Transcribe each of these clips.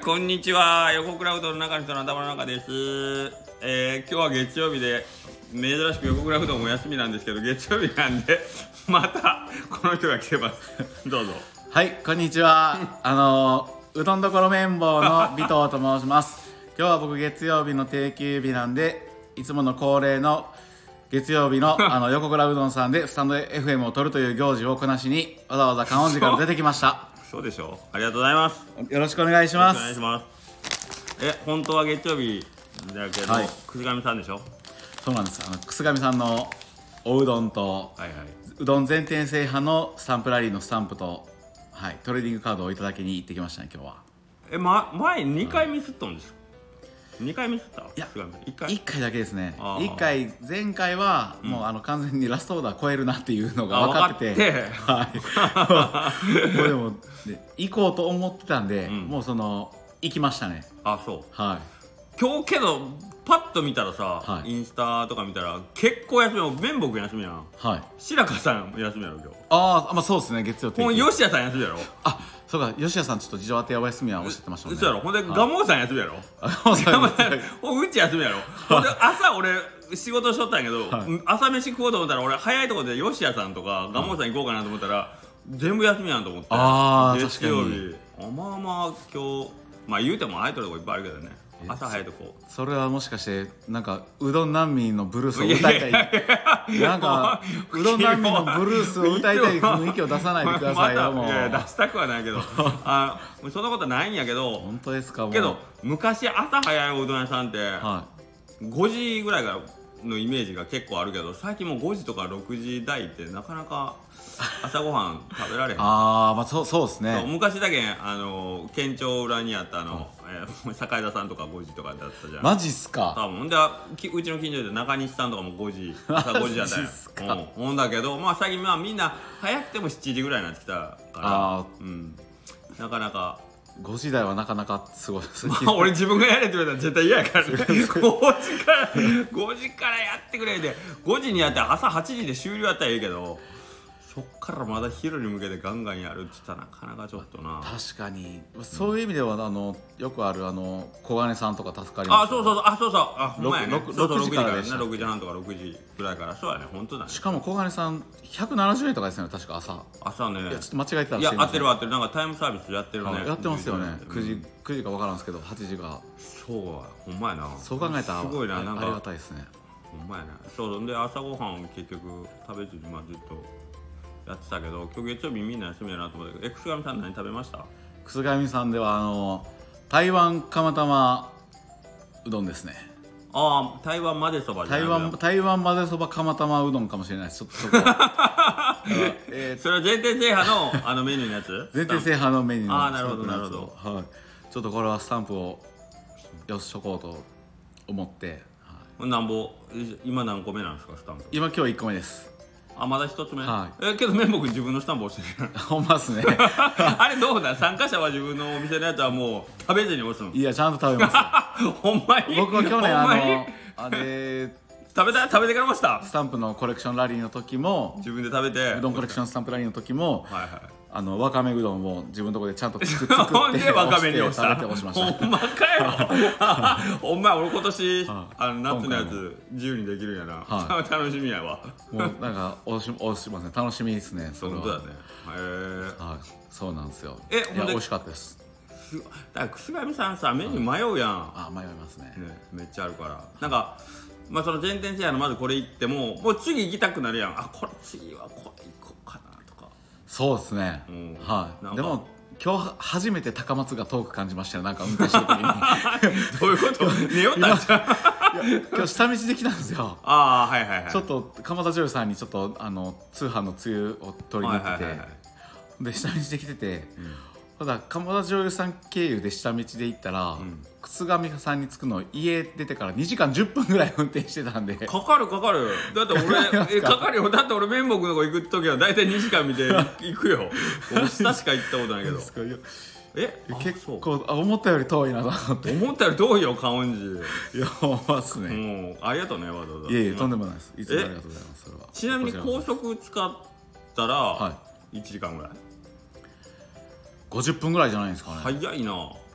こんにちは。横倉うどんの中の人の頭の中です。今日は月曜日で珍しく横倉うどんも休みなんですけど、月曜日なんでまたこの人が来てます。どうぞ。 はい、こんにちは。うどんどころ綿棒の尾藤と申します。今日は僕月曜日の定休日なんで、いつもの恒例の月曜日の横倉うどんさんでスタンド FM を撮るという行事をこなしにわざわざ観音寺から出てきました。 そうでしょう。ありがとうございます。 よろしくお願いします。 お願いします。本当は月曜日だけど、 はい、 くすがみさんでしょ。 そうなんです。くすがみさんのおうどんと、うどん全店制覇のスタンプラリーのスタンプと、はい、トレーディングカードをいただきに行ってきましたね、今日は。 前2回ミスったんですか。2回ミスった？いや、 1回だけですね。1回、前回はもう完全にラストオーダー超えるなっていうのが分かってて、はい、もうでも行こうと思ってたんで、もう行きましたね。 あ、そう。 はい。 今日けどパッと見たらさ、インスタとか見たら結構休みやん。綿僕休みやん。はい。白川さん休みやろ今日。 ああ、まあそうですね、月曜日。 もう吉谷さん休みやろ。あ、 そうか、吉谷さんちょっと事情あってお休みはおっしゃってましたもんね。 そうやろ。ほんで蒲生さん休みやろ。うち休みやろ。ほんで朝俺仕事しとったんやけど、朝飯食おうと思ったら俺早いところで吉谷さんとか蒲生さん行こうかなと思ったら全部休みやんと思って。 ああ、 月曜日。まあまあ今日まあ言うてもアイドルとこいっぱいあるけどね。朝早いとこ。 それはもしかしてなんかうどん難民のブルースを歌いたいなんかうどん難民のブルースを歌いたい雰囲気を出さないでくださいよ。もういや出したくはないけどそんなことないんやけど。 本当ですか。 けど昔朝早いうどん屋さんって5時ぐらいからのイメージが結構あるけど、最近もう5時とか6時台ってなかなか朝ごはん食べられへん。 ああ、まあそうですね。 昔だけ県庁裏にあった坂井田さんとか5時とかだったじゃん。 マジっすか。 多分ほんでうちの近所で中西さんとかも5時朝5時だったよ。ほんだけど最近みんな早くても7時ぐらいになってきたから、なかなか 5時台はなかなかすごい。 俺自分がやれって言われたら絶対嫌やからね。5時からやってくれで、5時にやって朝8時で終了やったらいいけど、そっからまだ昼に向けてガンガンやるって言ったらなかなかちょっとな。 確かにそういう意味ではよくある小金さんとか助かります。 そうほんまやね。6時からね。6時半とか6時ぐらいから。そうやね、本当だね。しかも小金さん170円とかですよね、確か朝ね。いやちょっと間違えてたら。 いや合ってる合ってる。なんかタイムサービスやってるね。 やってますよね。9時か分からんですけど8時が。 そうほんまやな。 そう考えたらすごいな。なんかありがたいですね。 ほんまやな。そうで朝ごはんを結局食べずにずっとやってたけど、今日月曜日みんな休みやなと思ったけど、くすがみさん何食べました？ くすがみさんでは台湾釜玉うどんですね。 ああ、台湾まぜそばじゃない。 台湾まぜそば釜玉うどんかもしれないです。ちょっとそれは全店制覇のメニューのやつ？ 全店制覇のメニューのやつ。 ああ、なるほどなるほど。 はい。ちょっとこれはスタンプをよしとこうと思って。 今何個目なんですかスタンプ？ 今日1個目です。 まだ1つ目。けど綿棒君自分のスタンプ押してる。 ほんまっすね。 あれどうだ？参加者は自分のお店のやつはもう食べずに押すの？ いや、ちゃんと食べますよ。 ほんまに？ 僕は去年食べてからました。 スタンプのコレクションラリーの時も自分で食べて、 うどんコレクションスタンプラリーの時もわかめうどんを自分のところでちゃんと作ってほんでわかめに押したほんまかよ。ほんま俺今年夏のやつ自由にできるんやな。楽しみやわ。 もうなんか押しますね。楽しみですね。 本当だね。 そうなんですよ。いや美味しかったです。 だからくすがみさんさ、メニュー迷うやん。 迷いますね。 めっちゃあるから、なんかその全店制覇のまずこれ行ってもう次行きたくなるやん。これ次はこれ行こうかなとか。 そうですね。でも今日初めて高松が遠く感じましたよ。なんか運転してる時に。 どういうこと？寝よったんじゃん。 今日下道で来たんですよ。ちょっと鎌田女優さんにちょっと通販のつゆを取りに行ってて、で下道で来てて、ただ鎌田女優さん経由で下道で行ったら、くすがみさんに着くの家出てから2時間10分ぐらい運転してたんで。 かかるだって俺かかるよ。だって俺綿棒君のとこ行く時は大体2時間見て行くよ。下しか行ったことないけど。 結構思ったより遠いなと思って。 思ったより遠いよ観音寺。 いやほんまっすね。 もうありがとうねわざわざ。 いえとんでもないです。いつもありがとうございます。それはちなみに高速使ったら1時間ぐらい？ 50分ぐらいじゃないですかね。 早いな。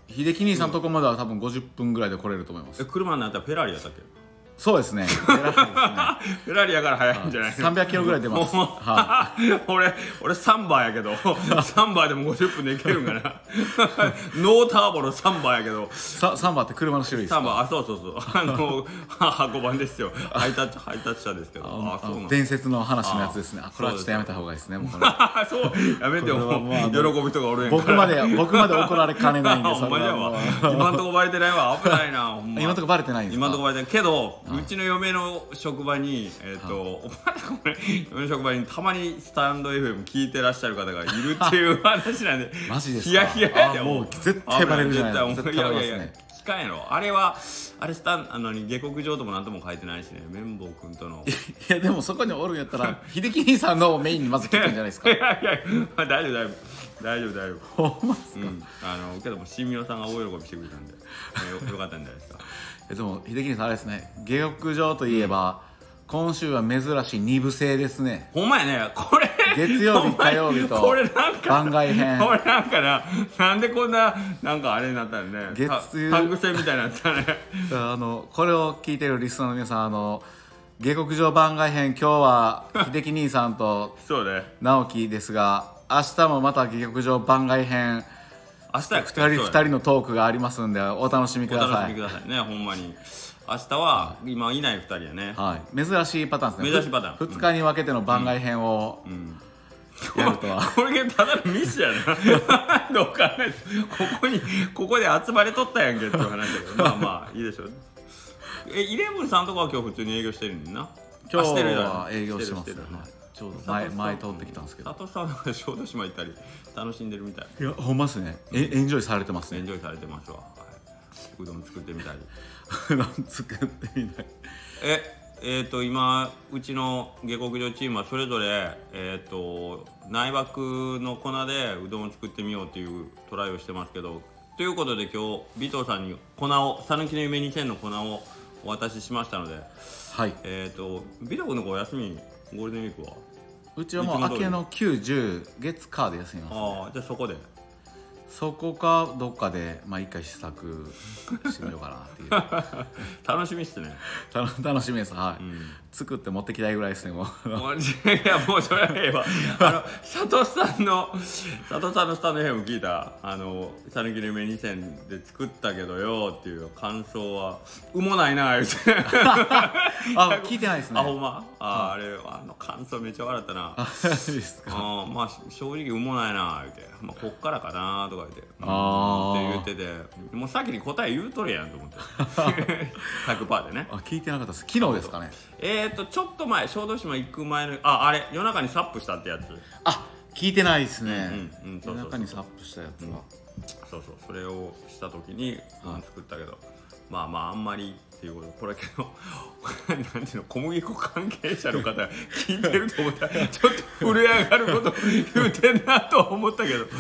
秀樹兄さんのとこまでは多分50分ぐらいで来れると思います。 車になったらフェラーリやったっけ？ そうですね。フェラーリですね。 フェラーリやから早いんじゃないの ？300キロぐらい出ます。 俺サンバーやけど、サンバーでも50分で行けるんかな。ノーターボのサンバーやけど。 サンバーって車の種類ですか？ サンバー、そう箱番ですよ。配達車ですけど。 伝説の話のやつですね。これはちょっとやめた方がいいですね。 そうやめてよ。喜ぶ人がおるやん僕まで怒られかねないんで。 ほんまじゃわ。今んとこバレてないわ。危ないな。 今んとこバレてないんですか？ 今んとこバレてないけど、うちの嫁の職場に嫁の職場にたまにスタンド FM 聞いてらっしゃる方がいるっていう話なんで。 マジですか？ ヒヤヒヤやで。 もう絶対バレるじゃないですか。 いや聞かんやろ。あれ下克上ともなんとも書いてないしね。綿棒くんとの。 いやでもそこにおるんやったら秀樹兄さんのメインにまず聞くんじゃないですか。 いや大丈夫。 ほんまですか？ けども新名さんが大喜びしてくれたんでよかったんじゃないですか。 でも秀樹さんあれですね、下克上といえば、今週は珍しい2部制ですね。 ほんまやね。これ月曜日火曜日と番外編。 これなんでこんななんかあれになったのね。タング戦みたいになったね。 これを聞いてるリスナーの皆さん、下克上番外編、今日は秀樹兄さんと直樹ですが、明日もまた下克上番外編、 明日は 2人のトークがありますんでお楽しみください。 お楽しみくださいね。ほんまに明日は今いない2人やね。 はい、珍しいパターンですね。 珍しいパターン。 2日に分けての番外編をやるとは、 これただのミスやな。どう考えてここで集まれとったやんけっていう話だけど、まあいいでしょう。イレブンさんとかは今日普通に営業してるんだな。 今日は営業してますね。ちょうど前通ってきたんですけど、 佐藤さんは小豆島行ったり楽しんでるみたい。 いやほんまっすね。エンジョイされてますね。 エンジョイされてますわ。うどん作ってみたり。 うどん作ってみたり。 今うちの下克上チームはそれぞれ内枠の粉でうどんを作ってみようというトライをしてますけど、ということで今日尾藤さんに讃岐の夢2000の粉をお渡ししましたので、 はい。 尾藤君のお休みゴールデンウィークはうちはもう明けの9、10月火で休みます、ね。 ああ、じゃあそこかどっかで一回試作してみようかなっていう楽しみっすね。 楽しみです。はい、作って持ってきたいぐらいですね。もういやもうそれはええわ。佐藤さんのスタンド FM 聞いた讃岐の夢2000で作ったけどよっていう感想はうもないな言うて聞いてないですね。 ほんま。あれ感想めっちゃ笑ったな。 ですか。 まあ正直うもないな言うて、こっからかなとか言ってって言ってて、もう先に答え言うとるやんと思って100% でね。 聞いてなかったです。昨日ですかね。 ちょっと前、小豆島行く前のあれ夜中にサップしたってやつ。 聞いてないですね。夜中にサップしたやつは、 そうそれをした時に作ったけど、まああんまりっていうこと。これけどなんていうの、小麦粉関係者の方聞いてると思ったらちょっと震え上がること言うてんなと思ったけど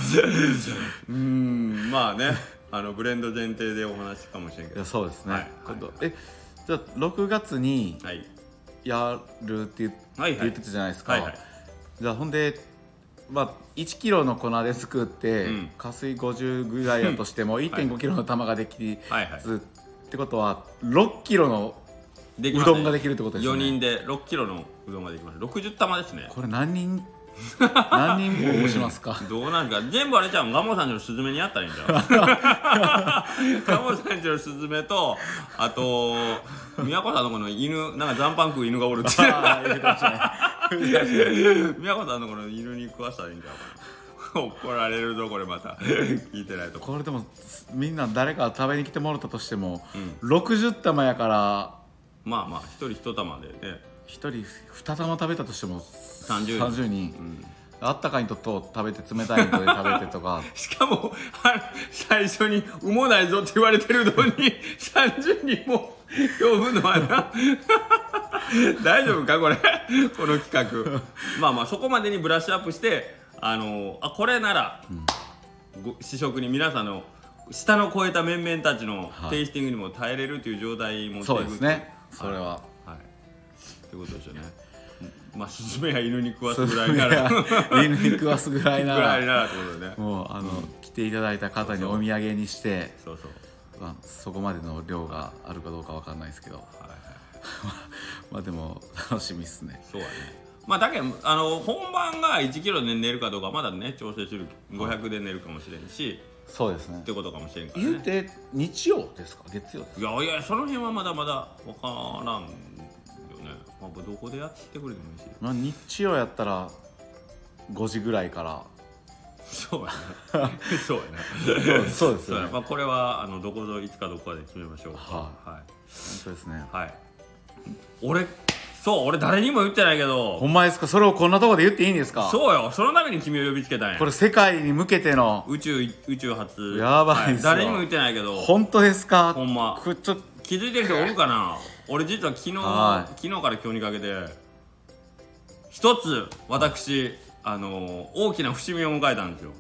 まあね、ブレンド前提でお話かもしれんけど。 そうですね。じゃあ6月にやるって言ってたじゃないですか。じゃあほんで1キロの粉で作って、加水50ぐらいだとしても 1.5 キロの玉ができずってことは6キロのうどんができるってことですね。 4人で6キロのうどんができます。60玉ですね。 これ何人応募しますか？ どうなんか全部あれじゃん。ガモさんちのスズメにやったらいいんじゃん。ガモさんちのスズメとあと宮古さんのこの犬、なんか残飯食う犬がおるって宮古さんのこの犬に食わしたらいいんじゃん。怒られるぞこれ。また聞いてないと。 これでもみんな誰か食べに来てもらったとしても、60玉やからまあ1人1玉でね、 1人2玉食べたとしても30人、あったかいのと食べて冷たいので食べてとかしかも最初にうもないぞって言われてるのに30人も呼ぶのはな大丈夫かこれこの企画。まあそこまでにブラッシュアップしてこれなら、試食に皆さんの舌の超えた面々たちのテイスティングにも耐えれるという状態に持っていく。 そうですね。それはということですよね。 まあスズメや犬に食わすぐらいなら犬に食わすぐらいならぐらいならってことでね、 もう来ていただいた方にお土産にして、 そうそう、 まあ、そこまでの量があるかどうかわかんないですけど、はいまあでも楽しみっすね。 そうやね。まあだけど本番が1キロで寝るかどうかまだね調整する、500で寝るかもしれんし、 そうですねってことかもしれんからね。 言うて日曜ですか月曜ですか？ いやその辺はまだまだ分からんよね。まあ、どこでやってくれてもいいし、 まあ、日曜やったら5時ぐらいからそうやねそうやねそうですよね。 まあ、これはどこぞいつかどこかで決めましょう。 はい、 はい、 本当ですね。 はい。俺誰にも言ってないけど。 ほんまですか？それをこんなところで言っていいんですか？ そうよ、そのために君を呼びつけたんや。 これ世界に向けての宇宙初。 やばいっすよ、 誰にも言ってないけど。 本当ですか？ ほんま気づいてる人おるかな。俺実は昨日から今日にかけて一つ私大きな節目を迎えたんですよ。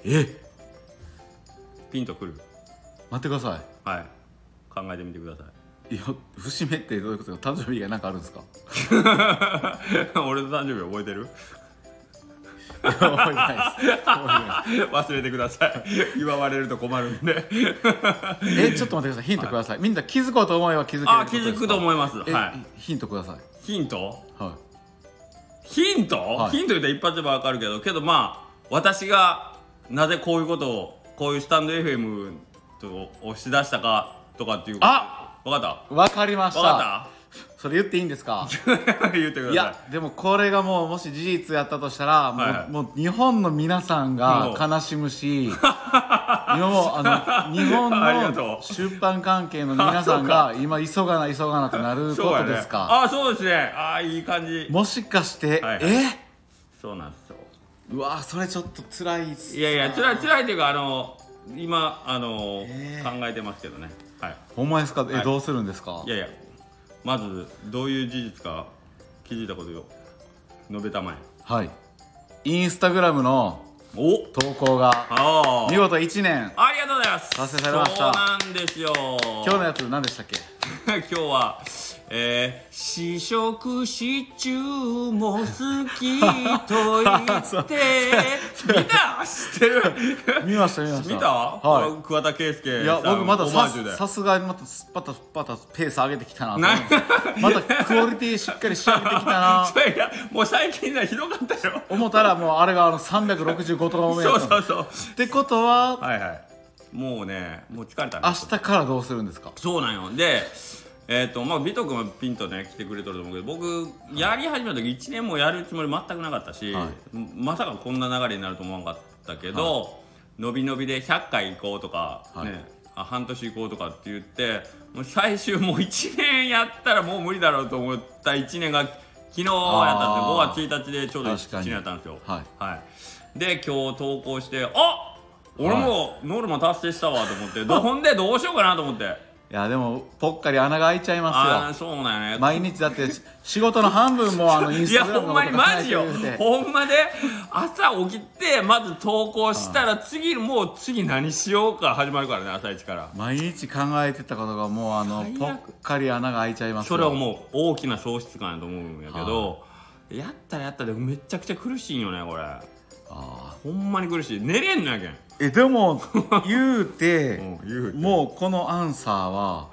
ピンとくる？ 待ってください。はい、考えてみてください。 いや、節目ってどういうことですか？誕生日が何かあるんですか？ 俺の誕生日覚えてる？ 覚えてないです。 忘れてください。祝われると困るんで。 ちょっと待ってください。ヒントください。はい、みんな気づこうと思えば気づけることですか？ 気づくと思います。はい。 ヒントください。 ヒント？ はい。 ヒント？ はい、 ヒント言ったら一発でわかるけどまあ私がなぜこういうことをこういうスタンド FM をしだしたかとかっていう。分かった？ 分かりました。 分かった？それ言っていいんですか？ 言ってください。 いやでもこれがもし事実やったとしたら、もう日本の皆さんが悲しむし今も日本の出版関係の皆さんが今急がなとなることですか？ そうですね。いい感じ。 もしかして、 そうなんですよ。 うわそれちょっと辛いっす。 いや辛いっていうか今考えてますけどね。はい。 ほんまですか？どうするんですか？ いやまずどういう事実か気づいたことを述べたまえ。 はい。インスタグラムの投稿が見事1年ありがとうございます。 達成されました。 そうなんですよ。 今日のやつ何でしたっけ？ 今日は試食シチューも好きと言って見た？知ってる？ 見ました見た？はい。桑田佳祐。 いや僕まださすがにまたペース上げてきたな。またクオリティしっかり仕上げてきたな。 いやもう最近ひどかったよ。 思ったらもうあれが365とかもやった。 そうってことはもう疲れた。 明日からどうするんですか？ そうなんよ。でビト君はピンとね来てくれとると思うけど、僕やり始めた時1年もやるつもり全くなかったし、まさかこんな流れになると思わなかったけど、伸び伸びで100回行こうとか、半年行こうとかって言ってもう最終もう1年やったらもう無理だろうと思った1年が昨日やったんで、5月1日でちょうど1年やったんですよ。で今日投稿して俺もノルマ達成したわと思ってほんでどうしようかなと思って。 いやでもぽっかり穴が開いちゃいますよ。そうなんよね。 毎日だって仕事の半分もインスタグラムのこと考えてる。 いやほんまにマジよ。ほんまで朝起きてまず投稿したら次何しようか始まるからね、朝一から。 毎日考えてたことがもうぽっかり穴が開いちゃいますよ。 それはもう大きな喪失感やと思うんやけど、やったらでめちゃくちゃ苦しいんよねこれ。ほんまに苦しい。寝れんのやけん。 でも言うてもうこのアンサーは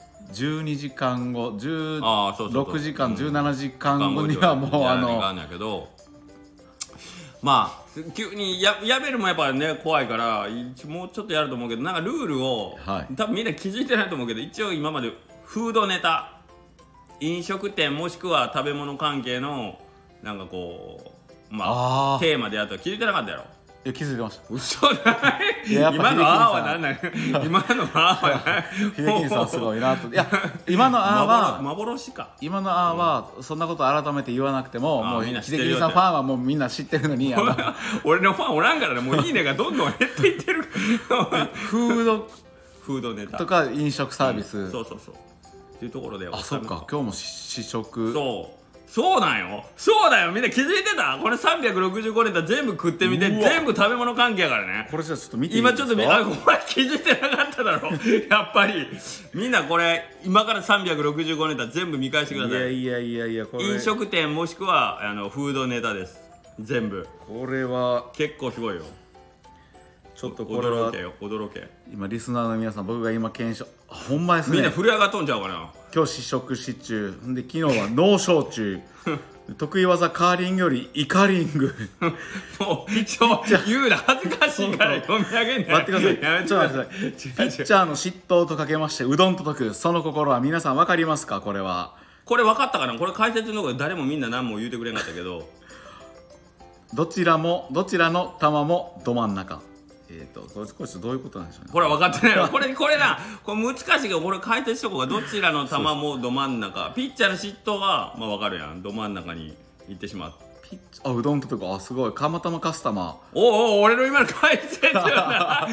12時間後16時間17時間後にはもうまあ急にやめるもやっぱね怖いからもうちょっとやると思うけど、なんかルールを多分みんな気づいてないと思うけど、一応今までフードネタ、飲食店もしくは食べ物関係のなんかこうテーマでやったら気づいてなかったやろ。 いや気づいてました。 嘘だい。今のは何なの？今のは何？秀樹さんすごいなと。いや今のは幻か。 今のはそんなこと改めて言わなくてももう秀樹さんファンはもうみんな知ってるのに俺のファンおらんからね、もういいねがどんどん減っていってる。フードネタとか飲食サービス。 そうっていうところで。 そっか今日も試食。 そうそうなんよ。そうだよ。みんな気づいてた？これ365ネタ全部食ってみて、全部食べ物関係やからね。 これじゃあちょっと見ていいですか？ 今ちょっとお前気づいてなかっただろやっぱりみんなこれ今から365ネタ全部見返してください。 いやこれ飲食店もしくはフードネタです。全部これは結構すごいよ。 ちょっとこれは驚け。 今リスナーの皆さん、僕が今検証、ほんまですね。 みんな震え上がっとんちゃうかな。 今日試食し中で、昨日は脳焼酎得意技カーリングよりイカリングもう言うな、恥ずかしいから読み上げんね。 待ってください。ちょっと待ってください。ピッチャーの嫉妬とかけましてうどんと解くその心は皆さん分かりますか？これはこれ分かったかな。これ解説のとこで誰もみんな何も言うてくれなかったけどどちらの球もど真ん中。これどういうことなんでしょうね。 これ分かってないよ。これな、これ難しいけど、これ解説しとこうが、どちらの球もど真ん中。ピッチャーの嫉妬はまあ分かるやん。ど真ん中に行ってしまう。 うどんとか、すごい。釜玉カスタマー。 俺の今の解説よな。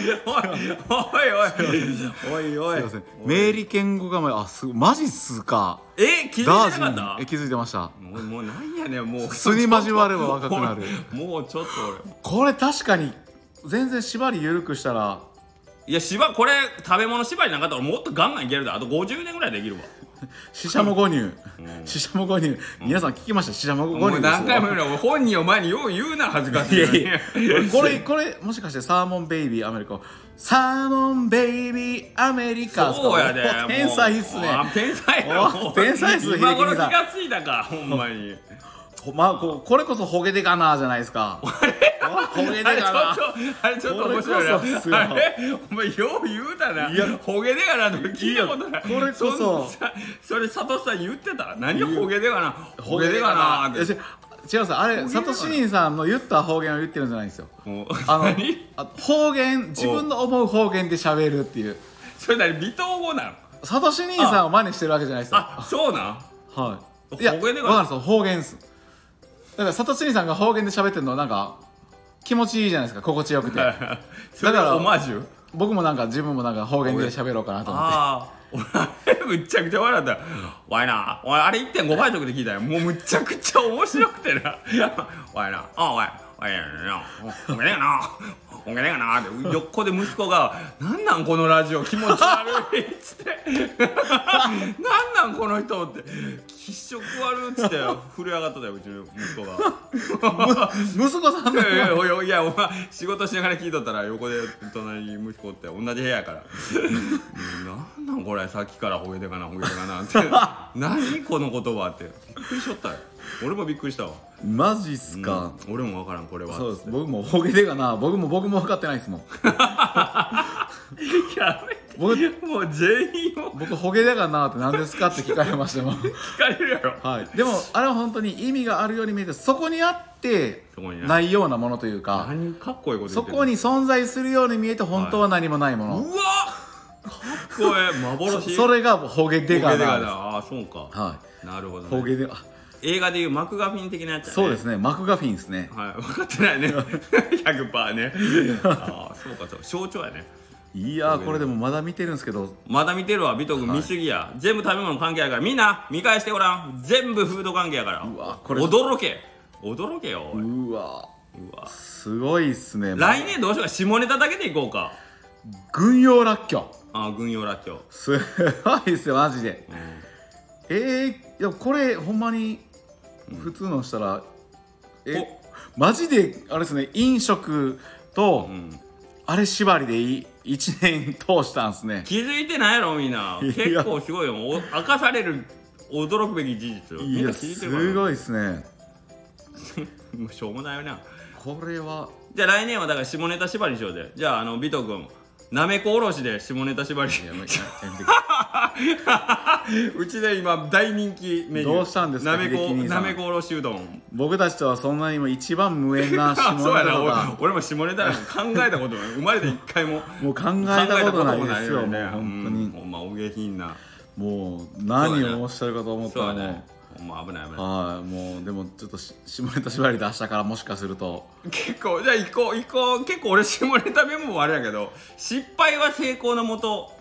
おい。 明理健吾がマジっすか。 気づいてなかった？ 気づいてました。 もうなんやねん、もう。 素に交われば若くなる。 もうちょっとこれ確かに。全然縛り緩くしたら、 いやこれ食べ物縛りなかったらもっとガンガンいけるで。あと50年ぐらいできるわ。 ししゃも5乳、皆さん聞きました？ししゃも5乳ですよ。 何回も言うな。本人を前によう言うな、恥ずかしい。 これもしかしてサーモンベイビーアメリカ、サーモンベイビーアメリカ。 そうやで。 天才っすね。 天才っす。今頃気がついたか、ほんまに。 これこそホゲデガナーじゃないですか。ホゲデガナー。 あれちょっと面白いな。あれお前よう言うたな。ホゲデガナーとか聞いたことない。 これこそそれ佐藤さん言ってた？何ホゲデガナー、ホゲデガナーって。 違うんですよ。あれサトシ兄さんの言った方言を言ってるんじゃないんですよ。方言、自分の思う方言で喋るっていう。 それ何、離島語なの？ サトシ兄さんを真似してるわけじゃないですよ。 そうなん？ はい。いや、分かるんですよ。方言です。だからサトシ兄さんが方言で喋ってるのなんか気持ちいいじゃないですか。心地よくて。だからオマージュ？ 僕も自分も方言で喋ろうかなと思って。 俺むっちゃくちゃ笑った。わいな、お前あれ 1.5 倍速で聞いたよ。もうむちゃくちゃ面白くてな。わいな、わいな、おめでかなって横で息子が「なんなんこのラジオ気持ち悪い」っつって「なんなんこの人」って「気色悪」っつって震え上がったよ、うちの息子が。 息子さんいやお前仕事しながら聞いとったら横で隣に息子って同じ部屋やから「なんなんこれさっきからほげてかなって何この言葉」ってびっくりしとったよ。俺もびっくりしたわ。 マジっすか。 俺も分からんこれは。 そうです。僕もホゲデガナー、僕も分かってないですもん。 やめて。もう全員を僕ホゲデガナーって何ですかって聞かれましたもん。 聞かれるやろ。 はい。でもあれは本当に意味があるように見えて、そこにあってないようなものというか、 何かっこいいこと言ってる。 そこに存在するように見えて本当は何もないもの。 うわかっこいい。幻。 それがホゲデガナーです。 ああそうか。 はい。 なるほどね。 ホゲデ映画でいうマクガフィン的なやつやね。 そうですね、マクガフィンですね。 はい、分かってないね。100% ね。ああそうか、象徴やね。 いやー、これでもまだ見てるんですけど。 まだ見てるわ。ビト君見すぎや。全部食べ物関係やから、みんな見返してごらん。全部フード関係やから。 うわ、これ驚けよ。 うわすごいっすね。 来年どうしようか。下ネタだけでいこうか。 軍用らっきょ。 軍用らっきょ。 すごいっすよマジで。いやこれほんまに普通のしたら、マジであれですね、飲食と、あれ縛りで1年通したんすね。 気づいてないやろみんな。結構すごいよ。明かされる驚くべき事実よ。みんな気づいてるから。 すごいっすね。 もうしょうもないよな。 これはじゃあ来年はだから下ネタ縛りにしようぜ。じゃあビト君なめこおろしで下ネタ縛り。うちで今大人気メニュー。 どうしたんですか。 なめこおろしうどん。 僕たちとはそんなにも一番無縁な下ネタ。そうやな。俺も下ネタなんか考えたことない。生まれて一回ももう考えたことないですよね。本当にほんまお下品な。 もう何をおっしゃるかと思ったらね。 もう危ない。 はい、もうでもちょっと下ネタ縛り出したからもしかすると結構じゃあ行こう。結構俺下ネタメモもあれやけど、失敗は成功のもと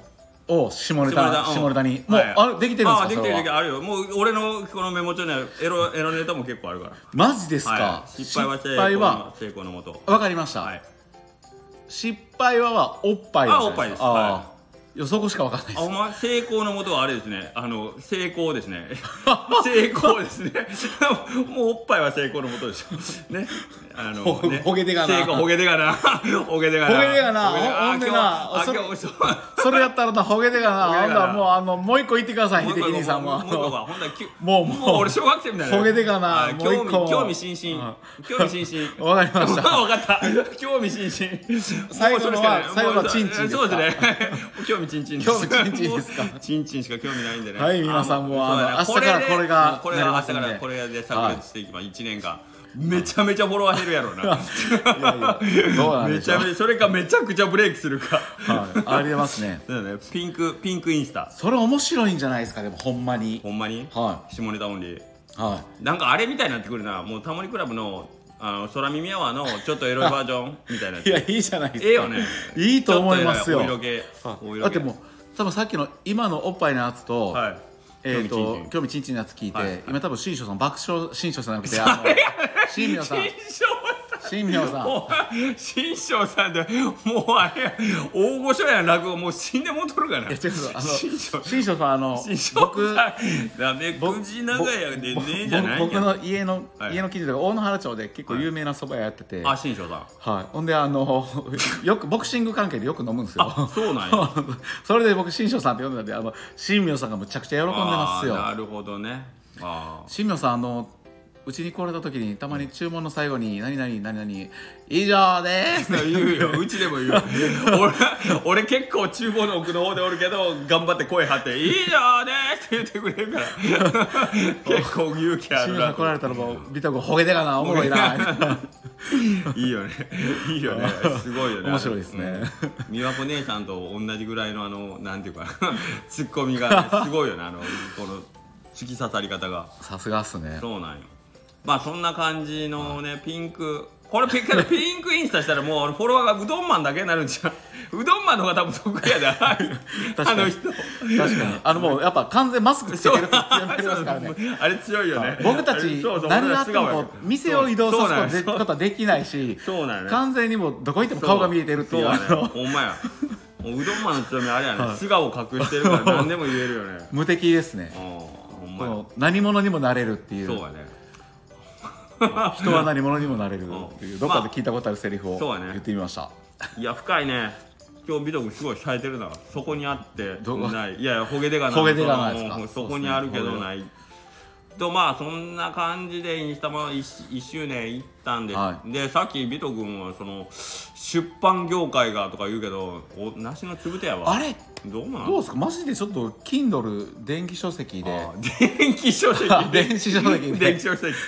を下ネタにもうあできてるんですか？ できてるあるよ。もう俺のこのメモ帳にはエロネタも結構あるから。 マジですか？ 失敗は成功のもと。 わかりました。失敗はおっぱいです。 おっぱいです。 いやそこしかわかんないです。 お前成功のもとはあれですね。成功ですね。成功ですね。もうおっぱいは成功のもとでしょ。ね。 ほげでがな。 成功ほげでがな。ほげでがな。 ほんでな。それやったらなほげでがな。ほんだもう一個言ってください。秀樹兄さんも。もう俺小学生みたいな。ほげでがな。 興味津々。 わかりました。 わかった。興味津々。 最後はチンチンですか？ そうですね。興味チンチンです。 興味チンチンですか？ チンチンしか興味ないんでね。 はい、皆さんも明日からこれが明日からこれで炸裂していきます。1年間めちゃめちゃフォロワー減るやろうな。 どうなんでしょう。 それかめちゃくちゃブレイクするか。 ありますね。 ピンクインスタ。 それ面白いんじゃないですか？でもほんまに。 下ネタオンリー。なんかあれみたいになってくるな。もうタモリクラブの空耳アワーのちょっとエロいバージョンみたいな。 いやいいじゃないですか。 ええよね。 いいと思いますよ。 お色気。 だってもう多分さっきの今のおっぱいのやつと興味チンチンのやつ聞いて、今多分新庄さん爆笑新庄さんじゃなくて新庄さん。新庄さん。 新庄さんでもうあれ大御所やん。落語もう死んでもとるかな。新庄さん僕ダメ口長屋でねえじゃない。 僕の家の近所で大野原町で結構有名な蕎麦屋やってて。 新庄さん。 はい。ほんでよくボクシング関係でよく飲むんですよ。 そうなんや。 それで僕新庄さんって呼んでたんで新庄さんがむちゃくちゃ喜んでますよ。 なるほどね。 新庄さんうちに来れた時にたまに注文の最後に何々以上ですって言うよ。うちでも言う。俺結構厨房の奥の方でおるけど頑張って声張って以上ですって言ってくれるから結構勇気あるな。 新庄さん来られたらもうビタゴほげでがなおもろいな。 いいよねすごいよね。 面白いですね。 美和子姉さんと同じぐらいのなんていうかツッコミがすごいよね。この突き刺さり方がさすがっすね。 そうなんよ。まあそんな感じのねピンクインスタしたらもうフォロワーがうどんマンだけになるんじゃん。うどんマンの方が多分得意やで。人確かにもうやっぱ完全マスクつけてるって強めますからね。 あれ強いよね。 僕たち何があっても店を移動させることはできないし、完全にもうどこ行っても顔が見えてるっていう。 ほんまや。うどんマンの強みあれやね。素顔隠してるから何でも言えるよね。 無敵ですね。何者にもなれるっていう。 そうやね。 人は何者にもなれるっていうどっかで聞いたことあるセリフを言ってみました。 いや深いね。今日美徳すごい冴えてるな。そこにあってない。いやほげでがないですか。そこにあるけどないと。まあそんな感じでインスタも1周年行ったんで、でさっき美徳君は出版業界がとか言うけど梨のつぶてやわ。 あれどうですか？マジでちょっと Kindle 電気書籍で電子書籍電子書籍いいね。 電子書籍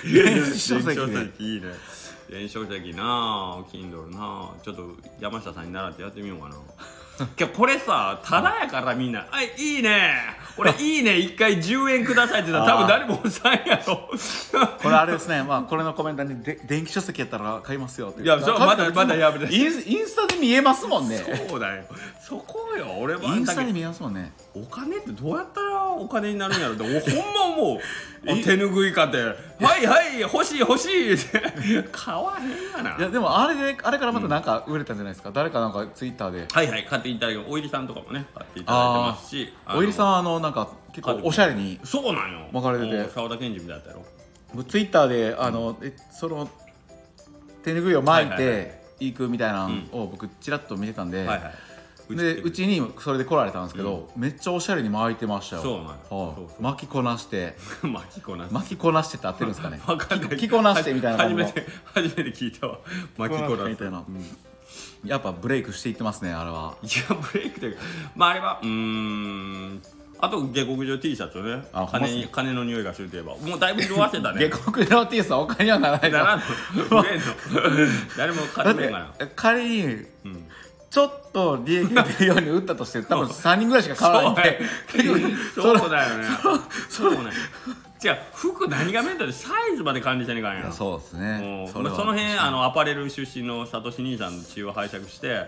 な Kindle な。ちょっと山下さんに習ってやってみようかな。これさただやからみんな「いいね俺いいね1回10円ください」って言ったら多分誰も押さんやろ。 これあれですね。まあこれのコメントに電気書籍やったら買いますよって。 いやまだやめて。 インスタで見えますもんね。 そうだよ。そこよ。俺はインスタで見えますもんね。 お金ってどうやったらお金になるんやろってほんま思う。手ぬぐい買って「はい欲しい」って買わへんがな。 いやでもあれからまたなんか売れたんじゃないですか。誰かなんかツイッターで買っていただいて、おいりさんとかもね買っていただいてますし、 おいりさんなんか結構おしゃれにそうなんよ巻かれてて、 沢田研二みたいだったやろ。 ツイッターでその手ぬぐいを巻いていくみたいなのを僕ちらっと見てたんで、うちにそれで来られたんですけど、めっちゃおしゃれに巻いてましたよ。 そうなん巻きこなして巻きこなしてって合ってるんですかね。 着こなしてみたいな。 初めて聞いたわ。巻きこなしてみたいな。 やっぱブレイクしていってますねあれは。 いやブレイクというかまああれはあと下克上 T シャツね。金の匂いがするといえばもうだいぶ色あせたね。 下克上 T シャツはお金にはならないならんの誰も買ってないかな。 仮にちょっと利益が出るように売ったとして多分3人ぐらいしか買わないんで。 そうだよね。そうね。違う服何がメンタルサイズまで管理せねえかんや。 そうですね。 その辺アパレル出身のサトシ兄さんの血を拝借して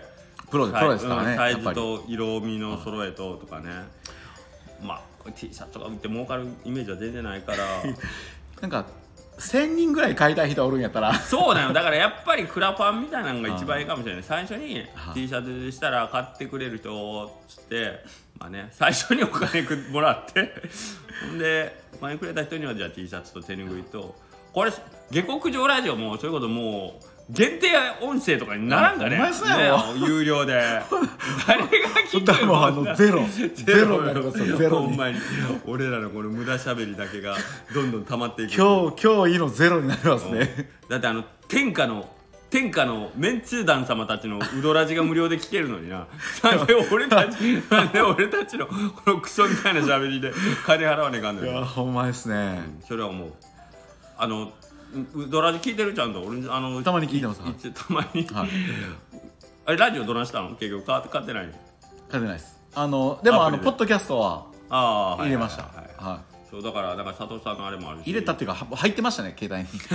プロですからね。 サイズと色味の揃えとかね、まあ T シャツとか売って儲かるイメージは全然ないからなんか1000人ぐらい買いたい人おるんやったらそうだよ。だからやっぱりクラファンみたいなのが一番いいかもしれない。最初に T シャツしたら買ってくれる人つって、まあね、最初にお金もらってほんでお金くれた人にはじゃあ T シャツと手拭いと、これ下克上ラジオもそういうこともう限定音声とかにならんかね、有料で誰が聞くの。ゼロになりますよ。ゼロにほんまに俺らのこの無駄しゃべりだけがどんどん溜まっていく。 今日のゼロになりますね。 だって天下のメンツー団様たちのウドラジが無料で聞けるのにななんで俺たちのこのクソみたいなしゃべりで金払わねえかんのよ。 いやほんまですね、 それはもうウドラジ聞いてるちゃんと。俺たまに聞いてます。 たまに、はい、あれラジオどないしたの？結局買ってないの？ 買ってないです。でもポッドキャストは入れました。はい。 そうだから佐藤さんのあれもあるし。 入れたっていうか入ってましたね、携帯に。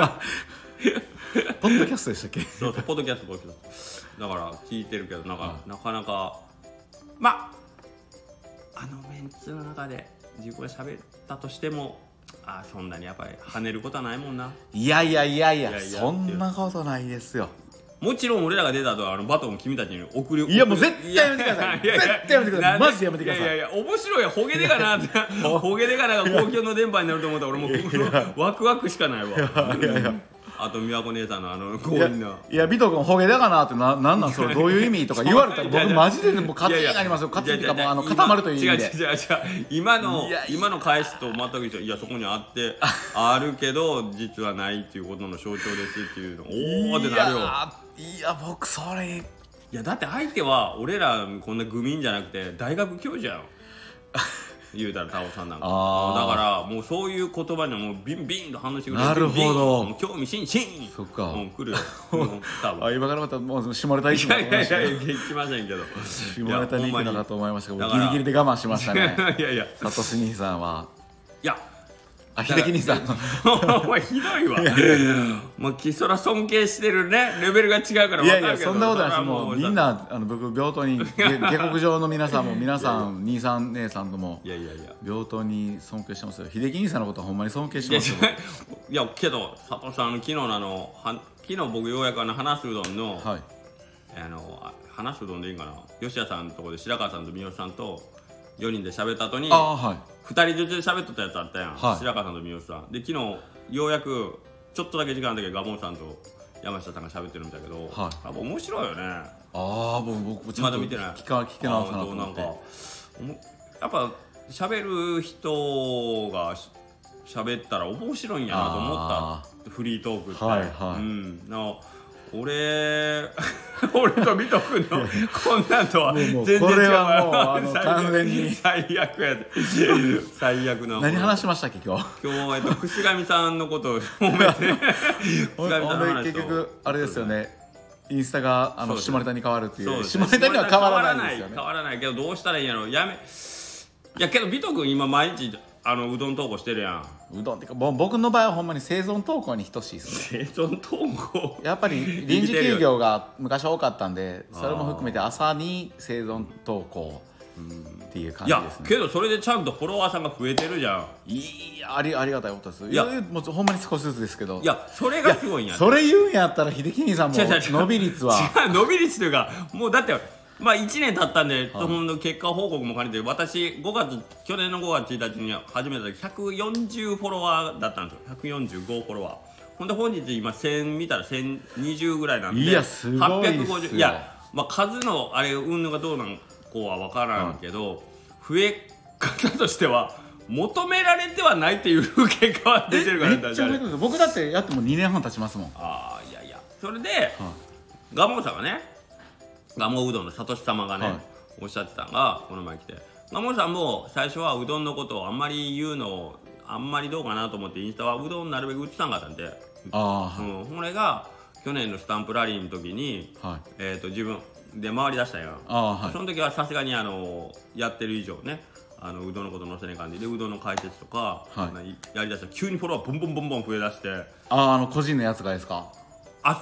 ポッドキャストでしたっけ？ そうポッドキャストだから聞いてるけどなかなかまあメンツの中で自分が喋ったとしてもそんなにやっぱり跳ねることはないもんな。 いやそんなことないですよ。 もちろん俺らが出た後はバトンを君たちに送る。 いやもう絶対やめてください。絶対やめてください。マジでやめてください。 いや面白いやホゲデカなホゲデカなが公共の電波になると思ったら俺もうワクワクしかないわ。あと美和子姉さんの強引な。 いやビト君ホゲデカなってなんそれどういう意味とか言われたら僕マジでもう勝手になりますよ。勝手にかもう固まるという意味で。 違う今の返しと全く一緒。いやそこにあってあるけど実はないっていうことの象徴ですっていうの。おおってなるよ。 いや僕それいやだって相手は俺らこんな愚民じゃなくて大学教授やろ言うたらタオさんなんか。だからもうそういう言葉にはもうビンビンと反応してくれる。 なるほど。 もう興味津々。 そっか。 来るよ。多分。 今からまたもう下ネタ行くのかと思いました。 いや行きませんけど。 下ネタに行くのかと思いましたけどギリギリで我慢しましたね。 いやサトシ兄さんは。 いや。 秀樹兄さんお前ひどいわ。もうそら尊敬してるねレベルが違うから分かるけど。いやそんなことないです。もうみんな僕病棟に下克上の皆さんも皆さん兄さん姉さんとも病棟に尊敬してますよ。秀樹兄さんのことはほんまに尊敬してますよ。 いやけど佐藤さん昨日僕ようやく話すうどんの話すうどんでいいかな、吉谷さんのとこで白川さんと三好さんと4人で喋った後に2人ずつ喋っとったやつあったやん、白川さんと三好さんで。昨日ようやくちょっとだけ時間だけガモンさんと山下さんが喋ってるんだけど、やっぱ面白いよね。 僕まだ見てない。聞け直さなと思って。 やっぱ喋る人が喋ったら面白いんやなと思った。フリートークって。俺とミト君のこんなんとは全然違う。 これはもう完全に最悪やで。最悪な。 何話しましたっけ今日？ 今日串上さんのことを褒めて。 結局あれですよね。インスタが下ネタに変わるっていう。下ネタには変わらないですよね。 変わらないけどどうしたらいいんやろ。いやけどミト君今毎日うどん投稿してるやん。 うどんってか僕の場合はほんまに生存投稿に等しいですね。生存投稿やっぱり臨時休業が昔多かったんでそれも含めて朝に生存投稿っていう感じですね。 いやけどそれでちゃんとフォロワーさんが増えてるじゃん。 いやありがたいことです。いやもうほんまに少しずつですけど。 いやそれがすごいんや。 それ言うんやったら秀樹兄さんも伸び率は伸び率というかもうだって1年経ったんで、結果報告も兼ねて私去年の5月1日に始めた時140フォロワーだったんですよ。145フォロワー。ほんで本日今1000見たら1020ぐらいなんで、 いやすごいですよ。 850。いや数のあれ云々がどうなんこうは分からんけど、増え方としては求められてはないっていう結果は出てるから。 めっちゃ僕だってやっても2年半経ちますもん。 いやそれでガモンさんがねガモうどんのサトシ様がね、おっしゃってたのがこの前来て、ガモさんも最初はうどんのことをあんまり言うのあんまりどうかなと思ってインスタはうどんなるべく売ってたんかったんで、これが去年のスタンプラリーの時に、自分で回り出したんや、その時はさすがにやってる以上ねうどんのこと載せない感じでうどんの解説とか、やりだしたら急にフォロワーボンボン増えだして。 個人のやつがですか？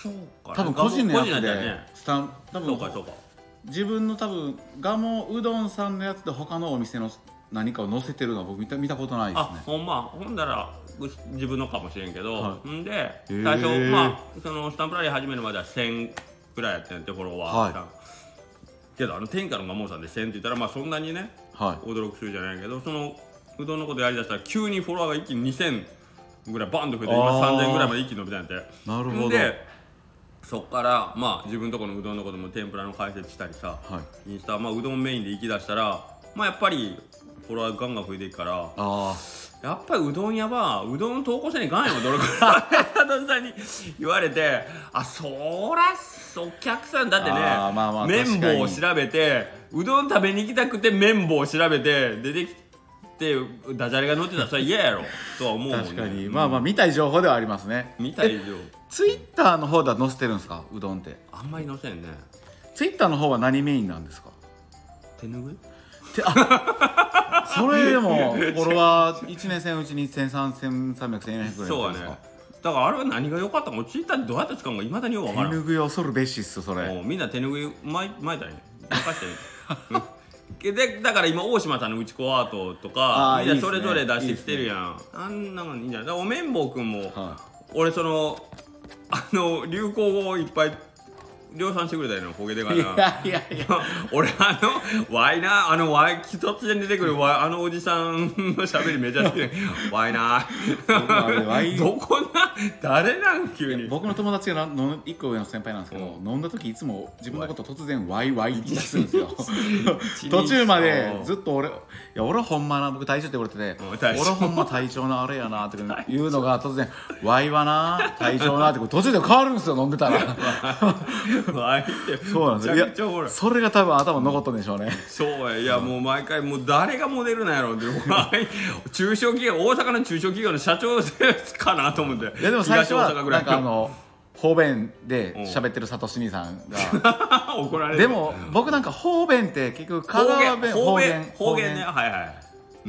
そうか多分個人のやつでね、 多分そうか自分の多分蒲生うどんさんのやつで他のお店の何かを載せてるのは僕見たことないですね。 あ、ほんだら自分のかもしれんけど、 はい、 んで最初そのスタンプラリー始めるまでは1000くらいやってんってフォロワーさん、けど天下の蒲生さんで1000って言ったらそんなにね、驚く数じゃないけど、そのうどんのことやりだしたら急にフォロワーが一気に2000ぐらいバンと増えて今3000ぐらいまで一気に伸びたんやって。 なるほど。 でそっから自分とこのうどんのことも天ぷらの解説したりさ、インスタうどんメインで行きだしたらやっぱりフォロワーガンガン増えていくから、やっぱりうどん屋はうどん投稿者にガンや驚くから佐藤さんに言われて、そらお客さんだってね、麺棒を調べてうどん食べに行きたくて麺棒を調べて出てきてダジャレが載ってたらそれ嫌やろとは思うもんね。 確かに見たい情報ではありますね。 見たい情報。 ツイッターの方では載せてるんですか、うどんって。 あんまり載せんね。 ツイッターの方は何メインなんですか。 手ぬぐい。 それでもフォロワー1年生のうちに1300、1400ぐらいですか。 そうやね。だからあれは何が良かったのかツイッターでどうやって使うのかいまだによく分からん。 手ぬぐいを恐るべしっすそれ。 みんな手ぬぐい巻いたらね、任してでだから今大島さんのうちこアートとかみんなそれぞれ出してきてるやん。あんなのいいんじゃない。だからおめんぼうくんも、俺その流行語をいっぱい量産してくれたよな、焦げでかな。いや俺ワイな突然出てくるおじさんのしゃべりめちゃ好きでワイなどこな誰なん急に。 僕の友達が1個上の先輩なんですけど、飲んだ時いつも自分のこと突然ワイワイって言い出するんですよ途中までずっと俺はほんまな、僕隊長って言われてて、俺はほんま隊長なあれやなっていうのが突然ワイはな隊長なって途中で変わるんですよ、飲んでたらそうなんですよ。いやそれが多分頭に残ったんでしょうね。 そうや。いやもう毎回もう誰がモデルなんやろって中小企業、大阪の中小企業の社長かなと思って。 いやでも最初はなんか方便で喋ってるサトシ兄さんが怒られる。 でも僕なんか方便って結局香川弁方言ね。はいはい。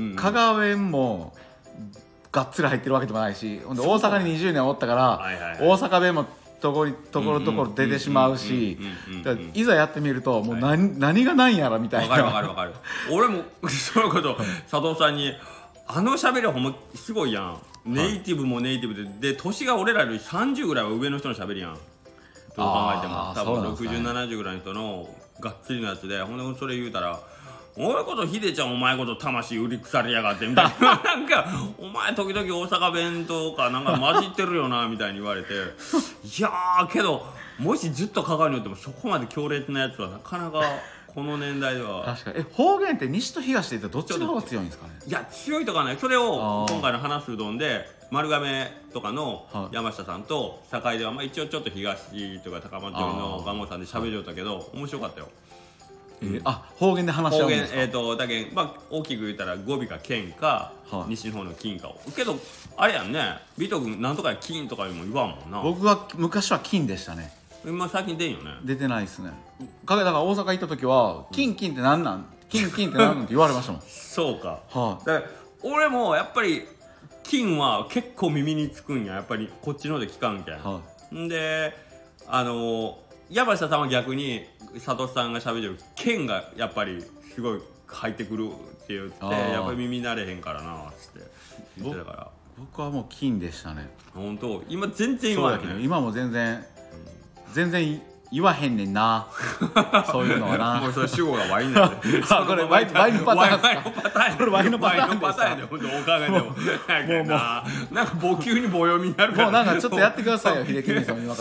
香川弁もがっつり入ってるわけでもないし、大阪に20年おったから大阪弁もところ出てしまうし、いざやってみるともう何がないんやろみたいな。 わかる俺もそういうこと佐藤さんに喋りはほんますごいやん。ネイティブもネイティブで年が俺らより30ぐらいは上の人の喋りやん。どう考えても多分60、70ぐらいの人のがっつりのやつで、ほんでそれ言うたら俺ことヒデちゃんお前こと魂売り腐りやがってみたいななんかお前時々大阪弁とかなんか混じってるよなみたいに言われていやーけどもしずっと香川におってもそこまで強烈なやつはなかなかこの年代では。 確かに。方言って西と東で言ったらどっちの方が強いんですかね。 いや強いとかね。それを今回の話すうどんで丸亀とかの山下さんと境では一応ちょっと東とか高松町の蒲生さんで喋りよったけど面白かったよ。 方言で話し合うんですか。 だけ大きく言ったら語尾が県か、西の方の金かを。けどあれやんね、ビト君なんとか金とかも言わんもんな。 僕は昔は金でしたね。 今最近出んよね。出てないですね。だから大阪行った時は金ってなんなん金ってなんなんって言われましたもんそうか。だから俺もやっぱり金は結構耳につくんや。やっぱりこっちので聞かんけん。んで山下さんは逆に佐藤さんが喋ってる剣がやっぱりすごい入ってくるって言ってやっぱり耳慣れへんからなって言ってたから。 僕はもう金でしたね。 本当今全然言わへん。 今も全然言わへんねんなそういうのはな。 もうそれ主語がワインなんでこれワインのパターンですか。これワインのパターンですか。 本当おかげでもなんか母級に棒読みになるから。 もうなんかちょっとやってくださいよ秀樹さん今から。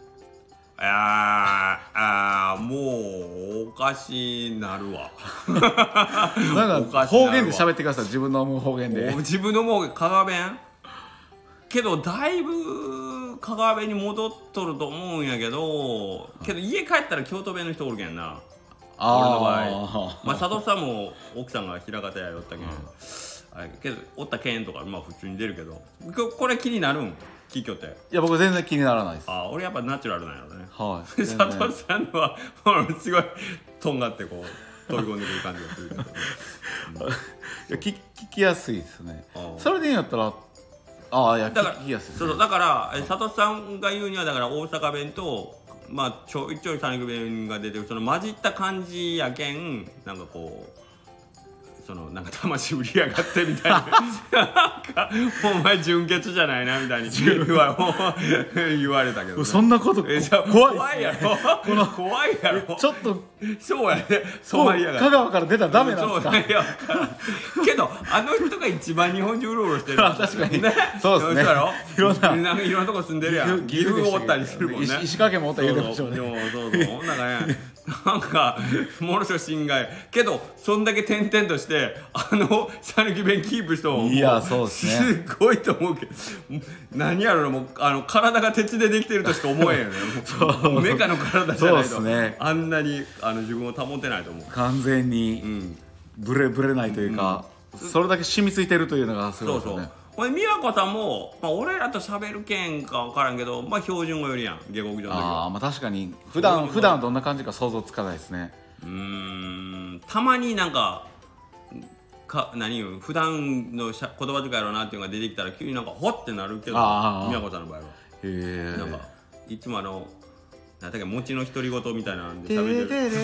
もうおかしなるわなんか方言で喋ってください。自分の思う方言で。 自分の思う香川弁けどだいぶ香川弁に戻っとると思うんやけど家帰ったら京都弁の人おるけんな。俺の場合佐藤さんも奥さんが枚方やよったけん、けどおったけんとか普通に出るけどこれ気になるん聞きよって。 いや僕全然気にならないです。 俺やっぱナチュラルなんやろね。 佐藤さんのはすごいとんがってこう飛び込んでくる感じがするけど聞きやすいですね。それでいいんやったらだからそうだから佐藤さんが言うにはだから大阪弁とまあちょいちょい三陸弁が出てるその混じった感じやけんなんかこうそのなんか魂売り上がってみたいななんかお前純潔じゃないなみたいに言われたけど、ね、 そんなこと怖いやろ怖いやろちょっとそうやね染まりやが香川から出たらダメなんですかそうやけどあの人が一番日本中うろうろしてる確かにねそうですねいろんなとこ住んでるやん岐阜おったりするもんね石川県もおったり言うてましたもんねそうなんかものすごい心外けどそんだけ点々として讃岐弁キープしてもいやそうですねすごいと思うけど何やろもう体が鉄でできてるとしか思えんよねメカの体じゃないと、ね、あんなに自分を保てないと思う完全にブレないというか、それだけ染みついてるというのがすごいですよね。 これ美和子さんも、俺らと喋るけんか分からんけど、標準語よりやん下克上の時は。 確かに普段はどんな感じか想像つかないですね。 たまになんか普段の言葉遣いやろうなっていうのが出てきたら急になんかほってなるけど美和子さんの場合はなんかいつもなんだっけ餅の独り言みたいなんで喋ってる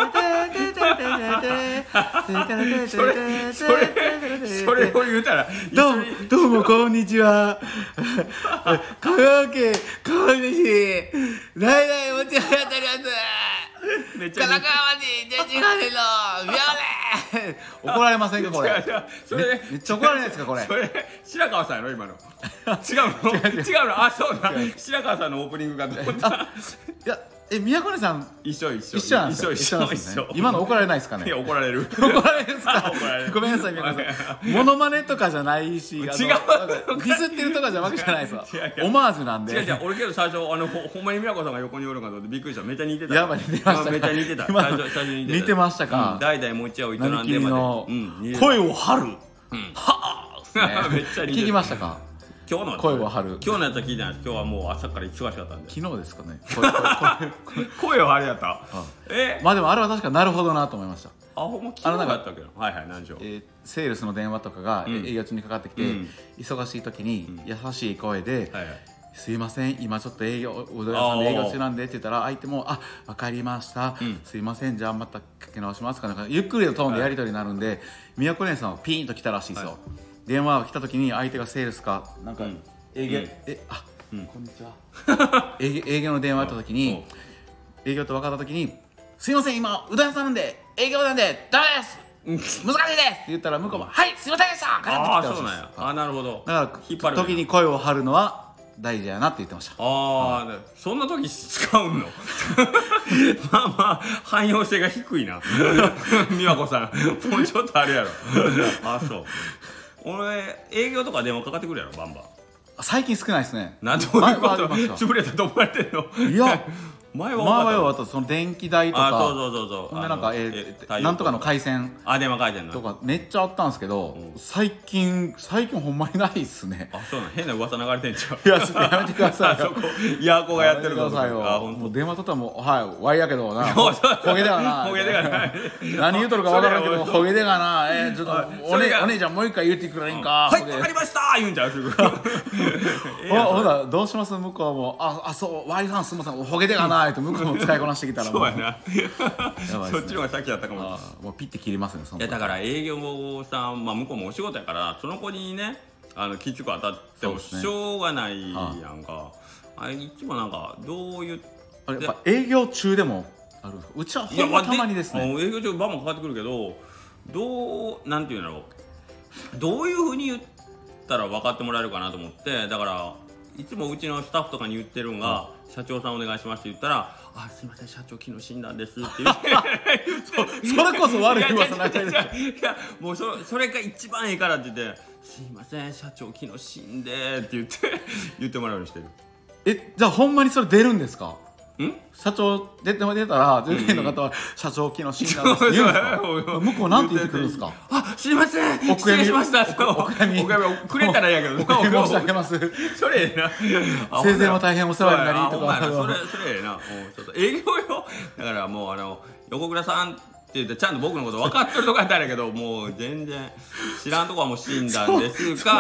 それを言うたらどうもこんにちは香川県川口市代々餅がやってるやつ神奈川に出ちがねのビオレ怒られませんかこれめっちゃ怒られないですかこれそれ白川さんやろ今の違うのそうだ白川さんのオープニングかと思ったいや宮古根さん一緒なんですね今の怒られないですかねいや怒られる怒られるんですかごめんなさい宮古さんモノマネとかじゃないし違うディスってるとかじゃわけじゃないですわオマージュなんで違う俺けど最初ほんまに宮古さんが横におるかと思ってびっくりしためっちゃ似てたやばい似てましためっちゃ似てた最初に似てましたか代々餅屋を営んでまで声を張るはぁめっちゃ似て聞きましたか今日の声を張る今日のやつは聞いてないです今日はもう朝から忙しかったんで昨日ですかね声を張るやったまあでもあれは確かなるほどなと思いましたほんま昨日だったけど何でしょうセールスの電話とかが営業中にかかってきて忙しい時に優しい声ですいません今ちょっとうどん屋さんで営業中なんでって言ったら相手も分かりましたすいませんじゃあまたかけ直しますかなんかゆっくりのトーンでやり取りになるんで宮古姉さんはピーンと来たらしいですよ電話が来た時に相手がセールスかなんか営業こんにちは営業の電話あった時に営業と分かった時にすいません今うどん屋さんなんで営業なんでダメです難しいですって言ったら向こうもはいすいませんでしたそうなんやなるほどだから時に声を張るのは大事やなって言ってましたそんな時使うのまあ汎用性が低いな美和子さんもうちょっとあれやろそう俺営業とか電話かかってくるやろバンバン最近少ないですねどういうこと潰れたと思われてんのいや前はその電気代とかそうなんかなんとかの回線電話回線とかめっちゃあったんですけど最近ほんまにないっすねそうなん変な噂流れてんちゃういやちょっとやめてくださいそこイヤコがやってるからもう電話とったらもうワイやけどなほげではな何言うとるか分からんけどほげでがなちょっとお姉ちゃんもう一回言ってくれんかはいわかりました言うんちゃうほらどうします向こうもそうワイさんすみませんほげでがな向こうも使いこなしてきたらそうやなそっちの方が先だったかももうピッて切りますねいやだから営業さん向こうもお仕事やからその子にねきつく当たってもしょうがないやんかいつもなんかどういうやっぱ営業中でもあるうちはほんまたまにですね営業中バンバンかかってくるけどなんていうんだろうどういうふうに言ったら分かってもらえるかなと思ってだからいつもうちのスタッフとかに言ってるのが社長さんお願いしますって言ったらすいません社長昨日死んだんですって言ってそれこそ悪い噂なっちゃういやもうそれが一番いいからって言ってすいません社長昨日死んでって言ってもらうようにしてるじゃあほんまにそれ出るんですか社長出たら従業員の方は社長昨日死んだんですって言うんですか向こうなんて言ってくるんですかすいません失礼しましたお悔やみくれたらいいやけどお悔やみ申し上げますそれええな生前は大変お世話になりとかそれええなちょっと営業よだからもう横倉さんって言ってちゃんと僕のこと分かってるとかやったらやけどもう全然知らんとこはもう死んだんですか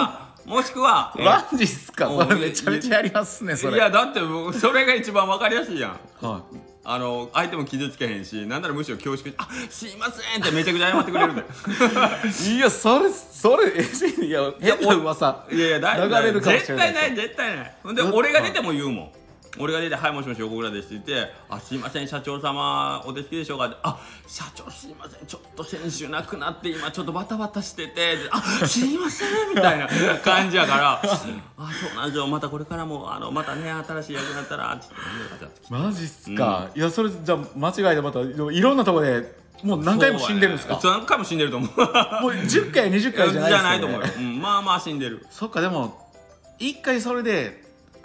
もしくはマジっすか。それめちゃめちゃやりますねそれ。 いやだってそれが一番分かりやすいやん。 はい。 相手も傷つけへんし、なんならむしろ恐縮して「あ、すいません」ってめちゃくちゃ謝ってくれるんだよ。 いやそれいや変な噂いや流れるかもしれない。 絶対ない。ほんで俺が出ても言うもん。俺が出て「はいもしもし横倉です」って言って「あ、すいません社長様お手つきでしょうか」って「あ、社長すいませんちょっと先週なくなって今ちょっとバタバタしててあ、すいません」みたいな感じやから「あ、そうなんですよまたこれからもまたね新しい役になったら」ってマジっすか。いやそれじゃあ間違いでまたいろんなとこでもう何回も死んでるんですか。 何回も死んでると思う。もう 10回20回じゃないですよね。 じゃないと思うよ。まあまあ死んでる。 そっか。でも1回それで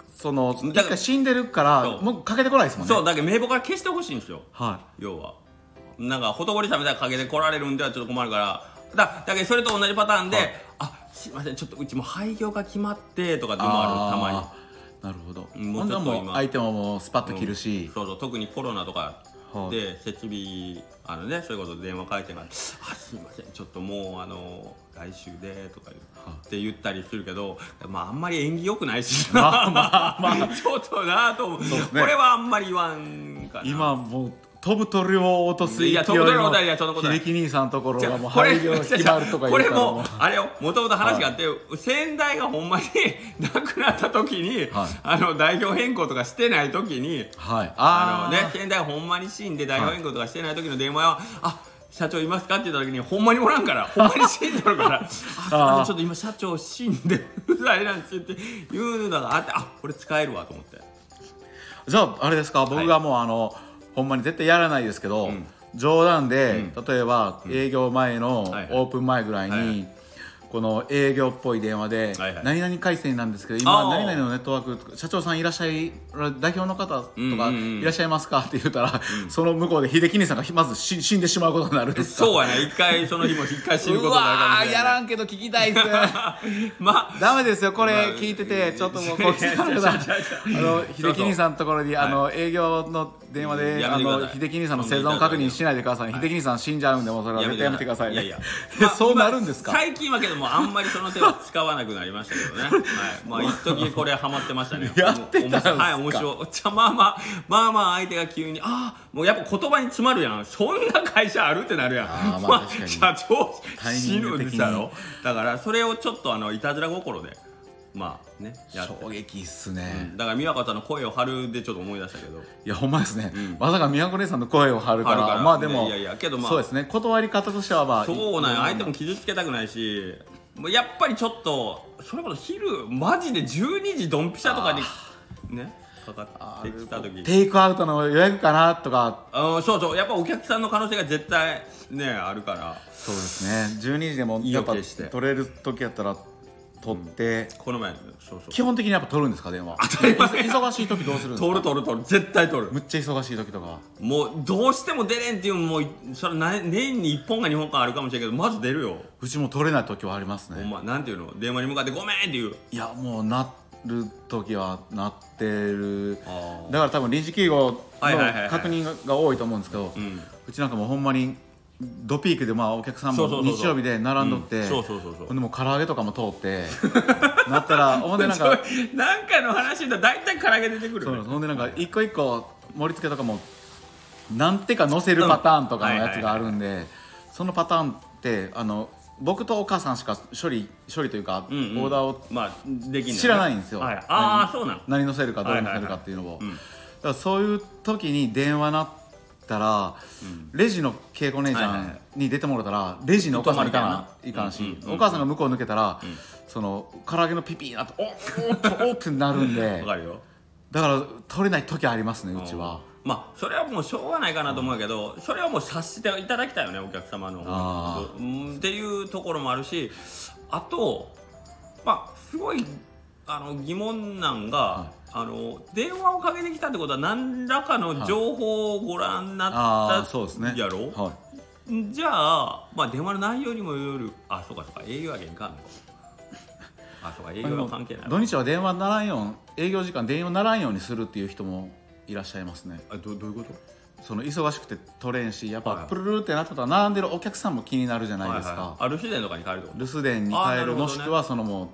1回死んでるからもうかけてこないですもんね。 そうだけど名簿から消してほしいんですよ。 はい。 要はなんかほとぼり冷めたらかけてこられるんではちょっと困るからだけどそれと同じパターンで、はい、あ、すいませんちょっとうちも廃業が決まってとかでもあるたまに。 なるほど。 もうちょっと今相手ももうスパッと切るし、 そうそう特にコロナとかで設備そういうことで電話回転があって「あ、すいませんちょっともう来週で」とかって言ったりするけど、まああんまり縁起良くないしな。まあちょっとなと思う。これはあんまり言わんかな。 今もう飛ぶ鳥を落とす勢いの秀樹兄さんのところがもう廃業決まるとか言うからこれもあれよもともと話があって、先代がほんまに亡くなった時に、代表変更とかしてない時に、先代がほんまに死んで代表変更とかしてない時の電話は「あ、社長いますか?」って言った時にほんまにおらんからほんまに死んでるから「あ、ちょっと今社長死んでるあれなんです」って言うのがあって、あ、これ使えるわと思って。 じゃああれですか、僕がもうほんまに絶対やらないですけど、冗談で、例えば営業前のオープン前ぐらいにこの営業っぽい電話で「何々回線なんですけど今何々のネットワーク社長さんいらっしゃい代表の方とかいらっしゃいますか?」って言ったら、その向こうで秀樹兄さんがまず死んでしまうことになるんですか。 そうやね。一回その日も一回死ぬことになるかもしれない。 やらんけど聞きたいっす。まあダメですよこれ聞いててちょっともうこう秀樹兄さんのところに営業の電話で秀樹兄さんの生存確認しないでください。秀樹兄さん死んじゃうんでもうそれは絶対やめてください。いやいやそうなるんですか。 最近はけどもあんまりその手は使わなくなりましたけどね。はい、まあ一時これハマってましたね。 やってたんですか。 はい、面白い。まあまあ相手が急にもうやっぱ言葉に詰まるやん。そんな会社あるってなるやん。まあ社長死ぬんですやろ。だからそれをちょっといたずら心でまあね衝撃っすね。 だから美和子さんの声を張るでちょっと思い出したけど。 いやほんまですね。まさか美和子姉さんの声を張るからまあでもそうですね。断り方としてはまあそうなんや。相手も傷つけたくないし。やっぱりちょっとそれこそ昼マジで12時ドンピシャとかでねかかってきた時テイクアウトの予約かなとかそうやっぱお客さんの可能性が絶対ねあるから。 そうですね。12時でもやっぱ取れる時やったら取って、 この前基本的にやっぱ取るんですか電話。忙しい時どうするんですか。 取る絶対取る。 むっちゃ忙しい時とかもうどうしても出れんっていうもうそれ年に1本か2本かあるかもしれんけどまず出るよ。 うちも取れない時はありますね。 ほんまなんていうの電話に向かってごめんって言う。 いやもうなる時はなってる。だから多分臨時休業の確認が多いと思うんですけど、うちなんかもうほんまにドピークでお客さんも日曜日で並んどってほんでもう唐揚げとかも通ってなったらほんでなんかの話だ大体唐揚げ出てくる。 ほんでなんか一個一個盛り付けとかもなんてか乗せるパターンとかのやつがあるんで、そのパターンって僕とお母さんしか処理というかオーダーを知らないんですよ。 そうなの。 何乗せるかどう乗せるかっていうのを。だからそういう時に電話なったらレジの恵子姉ちゃんに出てもらったらレジのお母さん行かないかんし、お母さんが向こう抜けたらその唐揚げのピピーなとおってなるんでだから取れない時ありますねうちは。 まあそれはもうしょうがないかなと思うけど、それはもう察していただきたいよねお客様のっていうところもあるし、あとすごい疑問なんが、電話をかけてきたってことは何らかの情報をご覧になったやろ。じゃあ電話の内容にもよる。そうか営業やけんか。そうか営業は関係ない。 土日は電話ならんよう営業時間電話ならんようにするっていう人もいらっしゃいますね。 どういうこと。 その忙しくて取れんしやっぱプルルルってなったら並んでるお客さんも気になるじゃないですか。 留守電とかに変えると。 留守電に変えるもしくはそのもう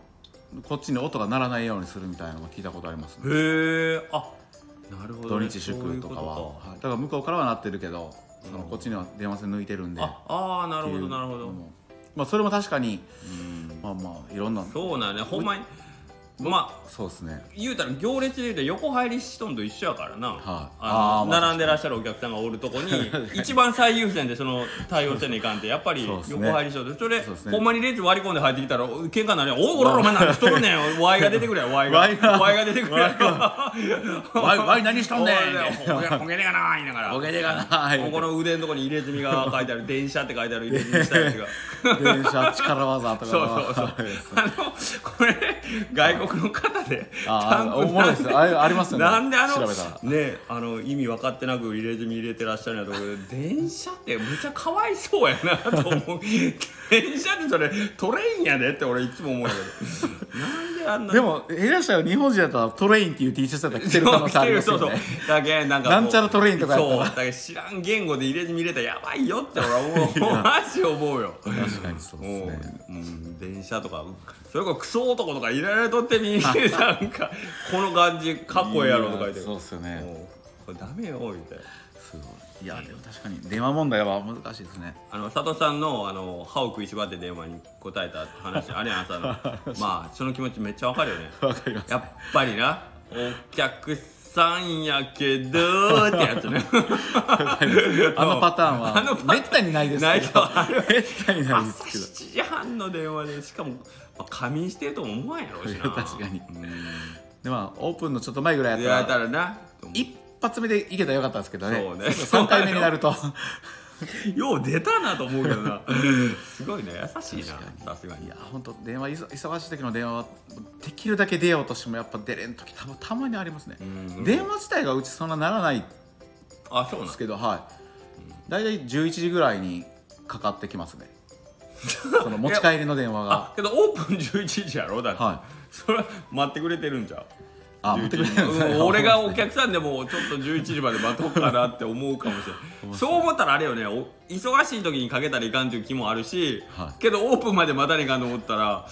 こっちに音が鳴らないようにするみたいなのも聞いたことありますね。 へえ、あ、なるほど、 ね、土日祝とかは、だから向こうからは鳴ってるけど、そのこっちには電話線抜いてるんで、 あ、なるほどなるほど。 まあそれも確かに、まあまあいろんな、 そうなんね、ほんまに。まあそうですね、 言うたら行列で言うと横入りしとんと一緒やからな、 並んでらっしゃるお客さんがおるとこに一番最優先でその対応せないかんってやっぱり横入りしとる。それほんまに列割り込んで入ってきたら喧嘩になるやん。おらお前何しとるねん、ワイが出てくれよ、ワイが出てくれよ、 ワイ何しとんねん、 ほげねがな言いながら、 ほげねがな、 この腕のとこに入れ墨が書いてある、電車って書いてある入れ墨したやつが電車力技とか、 そうこれ外国の方でおもろいです。ありますよね。 なんで調べたらね、意味分かってなく入れ墨入れてらっしゃるんやと思うけど、電車ってめっちゃかわいそうやなと思う。電車ってそれトレインやでって俺いつも思うんやけど、なんであんな。 でも下手したら日本人だったらトレインっていう T シャツだったら着てる可能性ありますよね。 だけなんかなんちゃらトレインとかやったら、 そうだから知らん言語で入れ墨入れたらやばいよって俺は思う。マジ思うよ。 確かにそうですね。 電車とかそれこそクソ男とか入れられとってみ、なんかこの感じかっこええやろとか言って、 そうっすよね。 これダメよみたいな。 すごい。いやでも確かに電話問題は難しいですね。 佐藤さんの歯を食いしばって電話に答えた話あれやんさまあその気持ちめっちゃわかるよね。 わかります。 やっぱりな、お客さんやけどってやつね。 あのパターンはめったにないですけど、めったにないですけど、 7時半の電話で、しかも仮眠してるとも思わんやろうしな。 確かに。でまあオープンのちょっと前ぐらいやったらな、 一発目でいけたらよかったんですけどね。 そうね、 3回目になるとよう出たなと思うけどな。すごいね、優しいな、さすがに。 いや本当電話忙しい時の電話はできるだけ出ようとしてもやっぱ出れん時たまにありますね。電話自体がうちそんなならないですけど、はい、だいたい11時ぐらいにかかってきますね。その持ち帰りの電話が。 けどオープン11時やろだって、 はい、 それは待ってくれてるんじゃん。 待ってくれてるんですね。 俺がお客さんでもちょっと11時まで待とうかなって思うかもしれない。そう思ったらあれよね、忙しい時にかけたらいかんという気もあるし、はい、けどオープンまで待たないかんと思ったらもう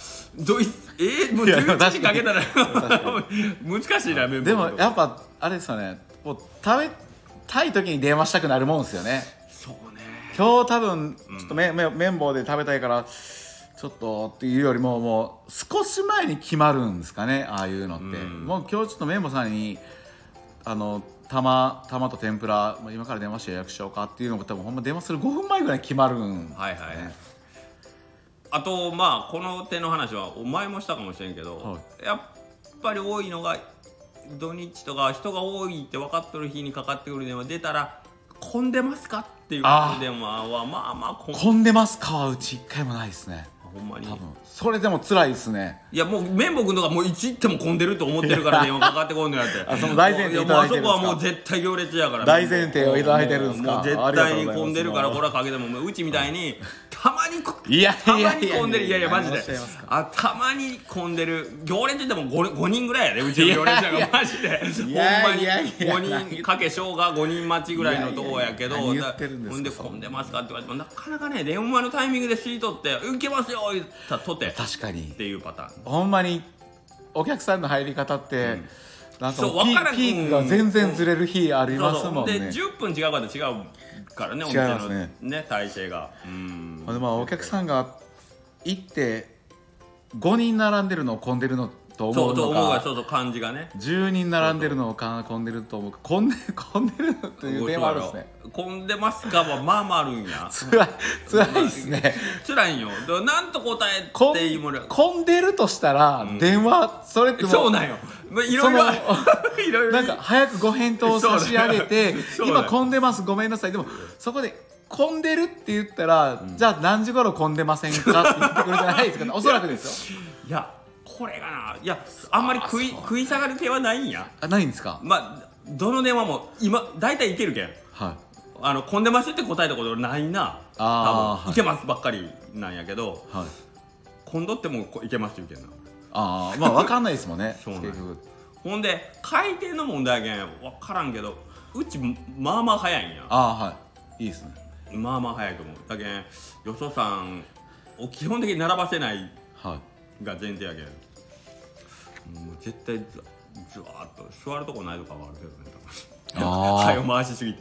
11時かけたら難しいな。 でもやっぱあれですよね、もう食べたい時に電話したくなるもんですよね。 そうね、 今日多分ちょっと綿棒で食べたいからちょっとっていうよりも、もう少し前に決まるんですかね、ああいうのって。もう今日ちょっと綿棒さんに玉と天ぷら今から電話して予約しようかっていうのが多分ほんま電話する5分前ぐらいに決まるんですね。 はいはい。あとまあこの手の話はお前もしたかもしれんけど、はい、やっぱり多いのが土日とか人が多いって分かっとる日にかかってくる電話出たら混んでますかっていう電話はまあまあ混んでますかはうち1回もないですね。 ほんまに。 多分それでも辛いですね。 いやもう綿棒君とかもういつ行っても混んでると思ってるから電話かかってこんのやってその大前提いただいてるんですか。 あそこはもう絶対行列やから大前提をいただいてるんですか。 もう絶対に混んでるからこれはかけてもうちみたいにたまに混んでる。いやいやマジでたまに混んでる行列でも 5人ぐらいやで、うちの行列やからマジでほんまに5人かけしょうが5人待ちぐらいのとこやけど、ほんで混んでますかって言われてもなかなかね電話のタイミングで吸い取って行けますよ言ったとて確かにっていうパターン。 ほんまにお客さんの入り方って、なんかピークが全然ずれる日ありますもんね。 で10分違うから違うからね、お店のね体制が。 でもお客さんが行って5人並んでるのを混んでるのと思うのか、 そう感じがね 10人並んでるのを混んでると思うか、混んでるという電話あるんですね。 混んでますかはまあまああるんや。 辛いですね。 辛いんよ。なんと答えていいもの。 混んでるとしたら電話それってもうそうなんよ。いろいろなんか早くご返答を差し上げて今混んでますごめんなさい。でもそこで混んでるって言ったら、じゃあ何時頃混んでませんかって言ってくるじゃないですかね。おそらくですよ。 いやこれがな、いやあんまり食い下がる系はないんや。 ないんですか。 まあどの電話も今大体いけるけん。 はい。 混んでますって答えたことないな。多分いけますばっかりなんやけど、はい、混んどってもいけますって言うけんな。 まあ分かんないですもんね。 そうなんほんで回転の問題やけん分からんけど、うちまあまあ早いんや。 はい、いいですね。 まあまあ早いと思う。だけんよそさんを基本的に並ばせないが前提やけん、 もう絶対ずわーっと座るとこないとかはあるけどね早回しすぎて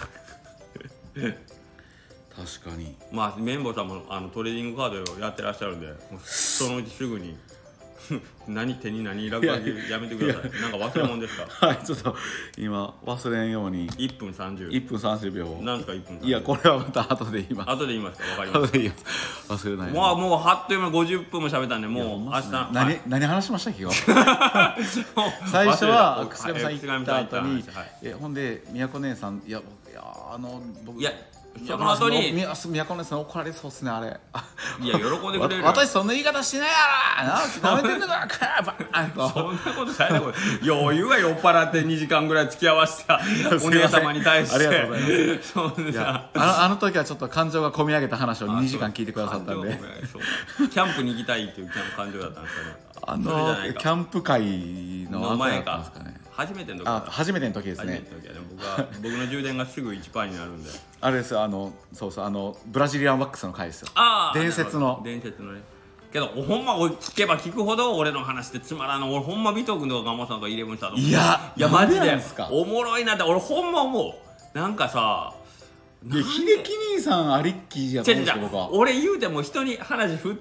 確かに。 まあ綿棒さんもトレーディングカードをやってらっしゃるんで、もうそのうちすぐに手に何落書きやめてください。なんか忘れ物ですか？ はい、ちょっと今忘れんように。 1分30 1分30秒。 なんですか1分30秒。 いや、これはまた後で言います。 後で言いますか？わかりま後で言います。忘れない。 もうあっという間50分も喋ったんで、もう明日何話しましたっけよ最初はくすがみさん行った後に、ほんで宮古姉さん、いや僕その後に宮古姉さん怒られそうっすね、あれ。 いや喜んでくれる私そんな言い方してないやろ、なめてんのかそんなことないな、余裕は酔っ払って2時間ぐらい付き合わせたお姉様に対して。 ありがとうございます。あの時はちょっと感情が込み上げた話を2時間聞いてくださったんで、 キャンプに行きたいっていう感情だったんですかね。 キャンプ会の前かですかね。 初めての時ですね。僕の充電がすぐ 1% になるんで。 あれですよ、そうブラジリアンワックスの回ですよ。伝説のね。けどほんま聞けば聞くほど俺の話ってつまらんの。俺ほんま尾藤君とかガンマさんがイレブンしたと思う。いやマジでおもろいなって俺ほんま思う。なんかさ、 秀樹兄さんありっきやと思うんですけど、僕は俺言うても人に話振って、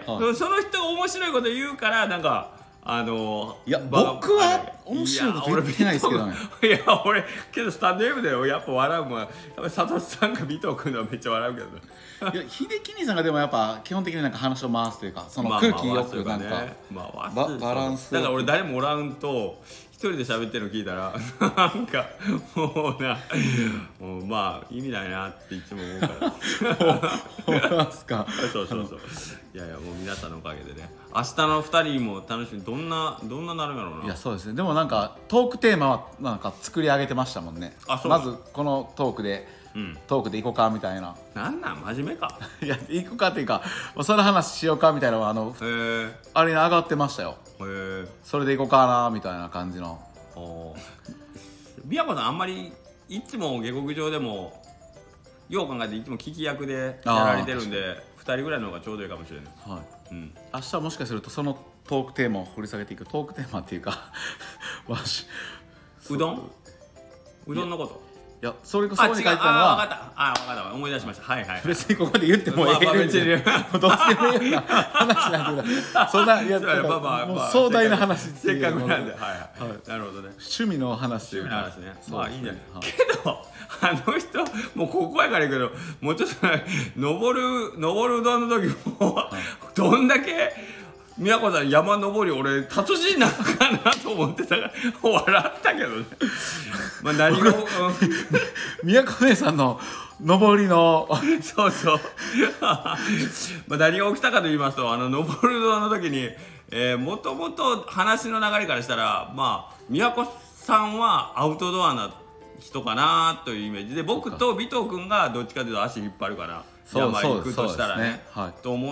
その人が面白いこと言うからなんかいや僕は面白いこと言ってないですけどね。 いや俺けどスタンド F でやっぱ笑うもん。やっぱり佐藤さんが尾藤君のはめっちゃ笑うけどね。 いや秀樹兄さんがでもやっぱ基本的になんか話を回すというか、その空気よくなんかバランス。 だから俺誰もおらんと一人で喋ってるの聞いたらなんかもうまあ意味ないなっていつも思うから。 そうすか。 そういやもう皆さんのおかげでね、明日の2人も楽しみ。どんななるんやろうな。 いやそうですね。でもなんかトークテーマはなんか作り上げてましたもんね。まずこのトークで行こうかみたいな。 なん真面目か。 いや行こうかっていうか、その話しようかみたいなのはあれに上がってましたよ。それで行こうかなみたいな感じの。 宮古さんあんまりいつも下克上でもよう考えていつも聞き役でやられてるんで、2人ぐらいの方がちょうどいいかもしれない。 明日はもしかするとそのトークテーマを掘り下げていく。トークテーマっていうかうどんのこと。 いやそこに書いてたのは分かった思い出しました。はい別にここで言ってもええ別にどっちでもいいような話なんで、そんなもう壮大な話せっかくなんで。なるほどね。 趣味の話というか。 まあいいんじゃない。けど人もうここやからいいけど、もうちょっと登るうどんの時もどんだけ宮古さん山登り俺達人なのかなと思ってたから笑ったけどね。まあ何が宮古姉さんの登りのそうまあ何が起きたかと言いますと、登るの時にもともと話の流れからしたら、まあ宮古さんはアウトドアな人かなというイメージで、僕と尾藤君がどっちかというと足引っ張るから山行くとしたらねと思って、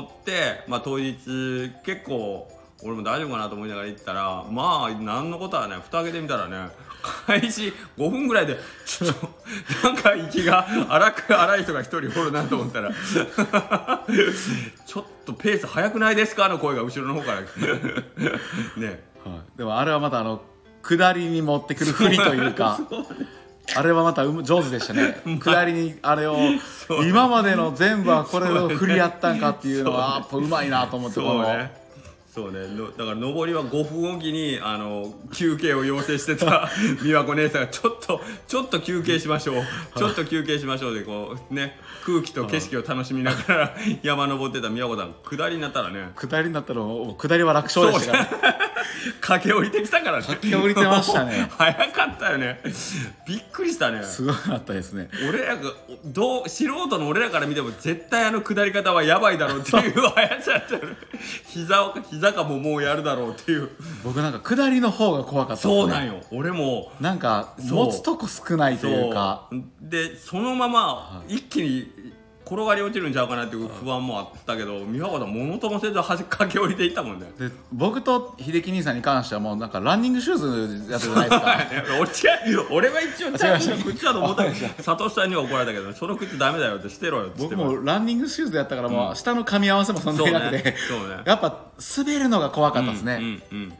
まあ当日結構俺も大丈夫かなと思いながら行ったら、まあ何のことはね、蓋開けてみたらね、開始5分ぐらいでちょっとなんか息が荒い人が一人おるなと思ったらちょっとペース速くないですかの声が後ろの方からね。 でもあれはまた下りに持ってくる振りというかあれはまた上手でしたね。下りにあれを今までの全部はこれを振りやったんかっていうのはやっぱうまいなと思って。 そうね、だから上りは5分おきに休憩を要請してた美和子姉さんがちょっと休憩しましょうちょっと休憩しましょうでこうね、空気と景色を楽しみながら山登ってた美和子さん、下りになったら下りは楽勝でしたから駆け下りてきたからね。 駆け下りてましたね早かったよね。びっくりしたね。 すごかったですね。 俺らが素人の俺らから見ても絶対下り方はやばいだろうっていう速さだったよね。膝かもうやるだろうっていう。 僕なんか下りの方が怖かったですね。 そうなんよ。俺もなんか持つとこ少ないというかで、そのまま一気に転がり落ちるんちゃうかなっていう不安もあったけど、美和子さんものともせず駆け下りていったもんね。 で僕と秀樹兄さんに関してはもうなんかランニングシューズやってじゃないですか俺は一応ちゃんと靴だと思ったけど佐藤さんには怒られたけど、その靴ダメだよってしてろよって言って。 僕もランニングシューズやったからもう下の噛み合わせもそんなになくて、やっぱ滑るのが怖かったですね。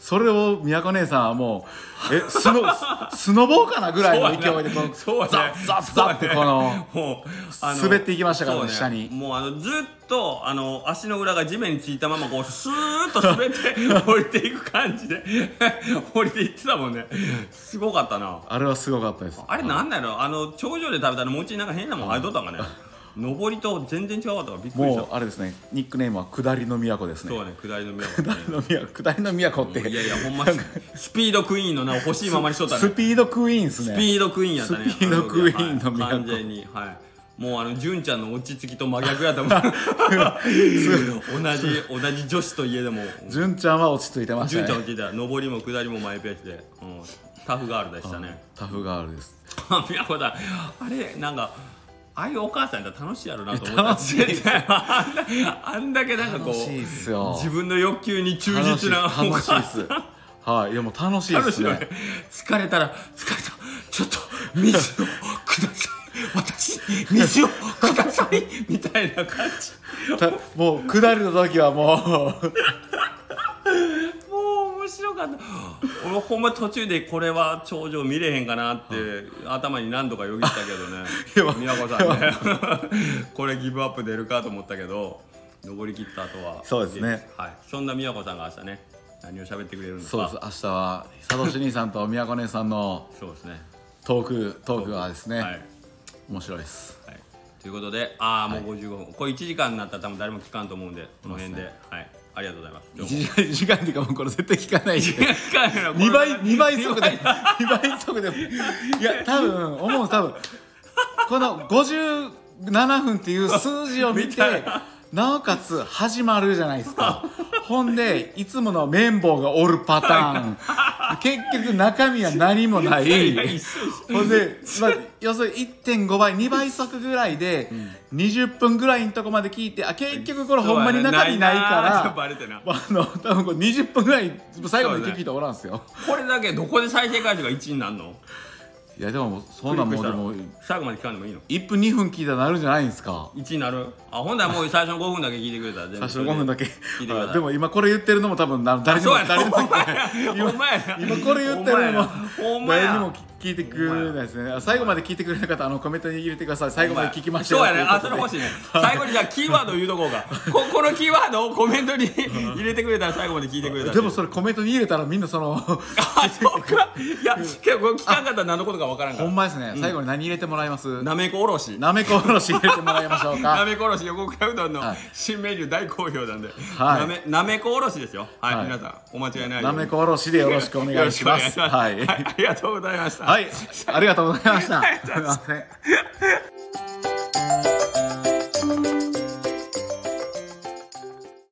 それを宮子姉さんはもうスノボーかなぐらいの勢いでこのそうね、 ザッザッザッってこのもう滑っていきましたからね、下に。 もうずっと足の裏が地面についたままこうスーッと滑って降りていく感じで降りていってたもんね。すごかったな。 あれはすごかったです。 あれなんだろう、頂上で食べたら餅になんか変なもん入っとったんかね。上りと全然違かったからびっくりした。 もうあれですね、ニックネームは下りの都ですね。 そうね、下りの都、 下りの都って、 いやいやほんまスピードクイーンの名を欲しいままにしとったね。 スピードクイーンですね。 スピードクイーンやったね。 スピードクイーンの都、 完全に、はい、もう純ちゃんの落ち着きと真逆やったもん同じ女子といえども純ちゃんは落ち着いてましたね。 純ちゃん落ち着いた。上りも下りもマイペースで、タフガールでしたね。 タフガールです。 宮子さん、あれなんかああいうお母さんやったら楽しいやろうなと思った。 楽しいです。 あんだけなんかこう楽しいっすよ。 自分の欲求に忠実なお母さん。 楽しいです。はい、いやもう楽しいですね。 疲れたちょっと水をください、私水をくださいみたいな感じ。 もう下りの時はもう面白かった。俺ほんま途中でこれは頂上見れへんかなって頭に何度かよぎったけどね。宮子さんねこれギブアップ出るかと思ったけど、登り切った後はそうですね、 はい、そんな宮子さんが明日ね何を喋ってくれるんですか。 そうです、明日はサトシ兄さんと宮子姉さんのそうですね、 トークがですね、 はい、 面白いです、 はい、ということでもう55分、これ1時間になったら多分誰も聞かんと思うんでこの辺で、はい、ありがとうございます。 1時間っていうかもうこれ絶対聞かないで 2 倍速でいや多分この57分っていう数字を見てなおかつ始まるじゃないですか。ほんでいつもの綿棒がおるパターン結局中身は何もないほんで、要するに 1.5 倍2倍速ぐらいで20分ぐらいのとこまで聞いて結局これほんまに中身ないから多分これ20分ぐらい最後まで聞く人おらんすよ。 これだけどこで再生回数が1になるの。 いやでもそんなもうでも最後まで聞かんでもいいの。 1分2分聞いたらなるんじゃないんですか。 1になる。ほんならもう最初の5分だけ聞いてくれたら最初の5分だけ聞いてくれたら。 でも今これ言ってるのも多分誰にも今これ言ってるのも誰にも聞いてくれないですね。最後まで聞いてくれなかったらコメントに入れてください。最後まで聞きましたよ。 そうやね。それ欲しいね。最後にじゃあキーワードを言うとこうか。このキーワードをコメントに入れてくれたら最後まで聞いてくれたら。 でもそれコメントに入れたらみんなそのそうか。いや結構聞かんかったら何のことかわからんから。 ほんまですね。最後に何入れてもらいます？ なめこおろし。 なめこおろし入れてもらいましょうか。 なめこおろし横倉うどんの新メニュー大好評なんで。なめこおろしですよ。はい、皆さんお間違いないように。 なめこおろしでよろしくお願いします。 はい。ありがとうございました。 はい。ありがとうございました。すみません。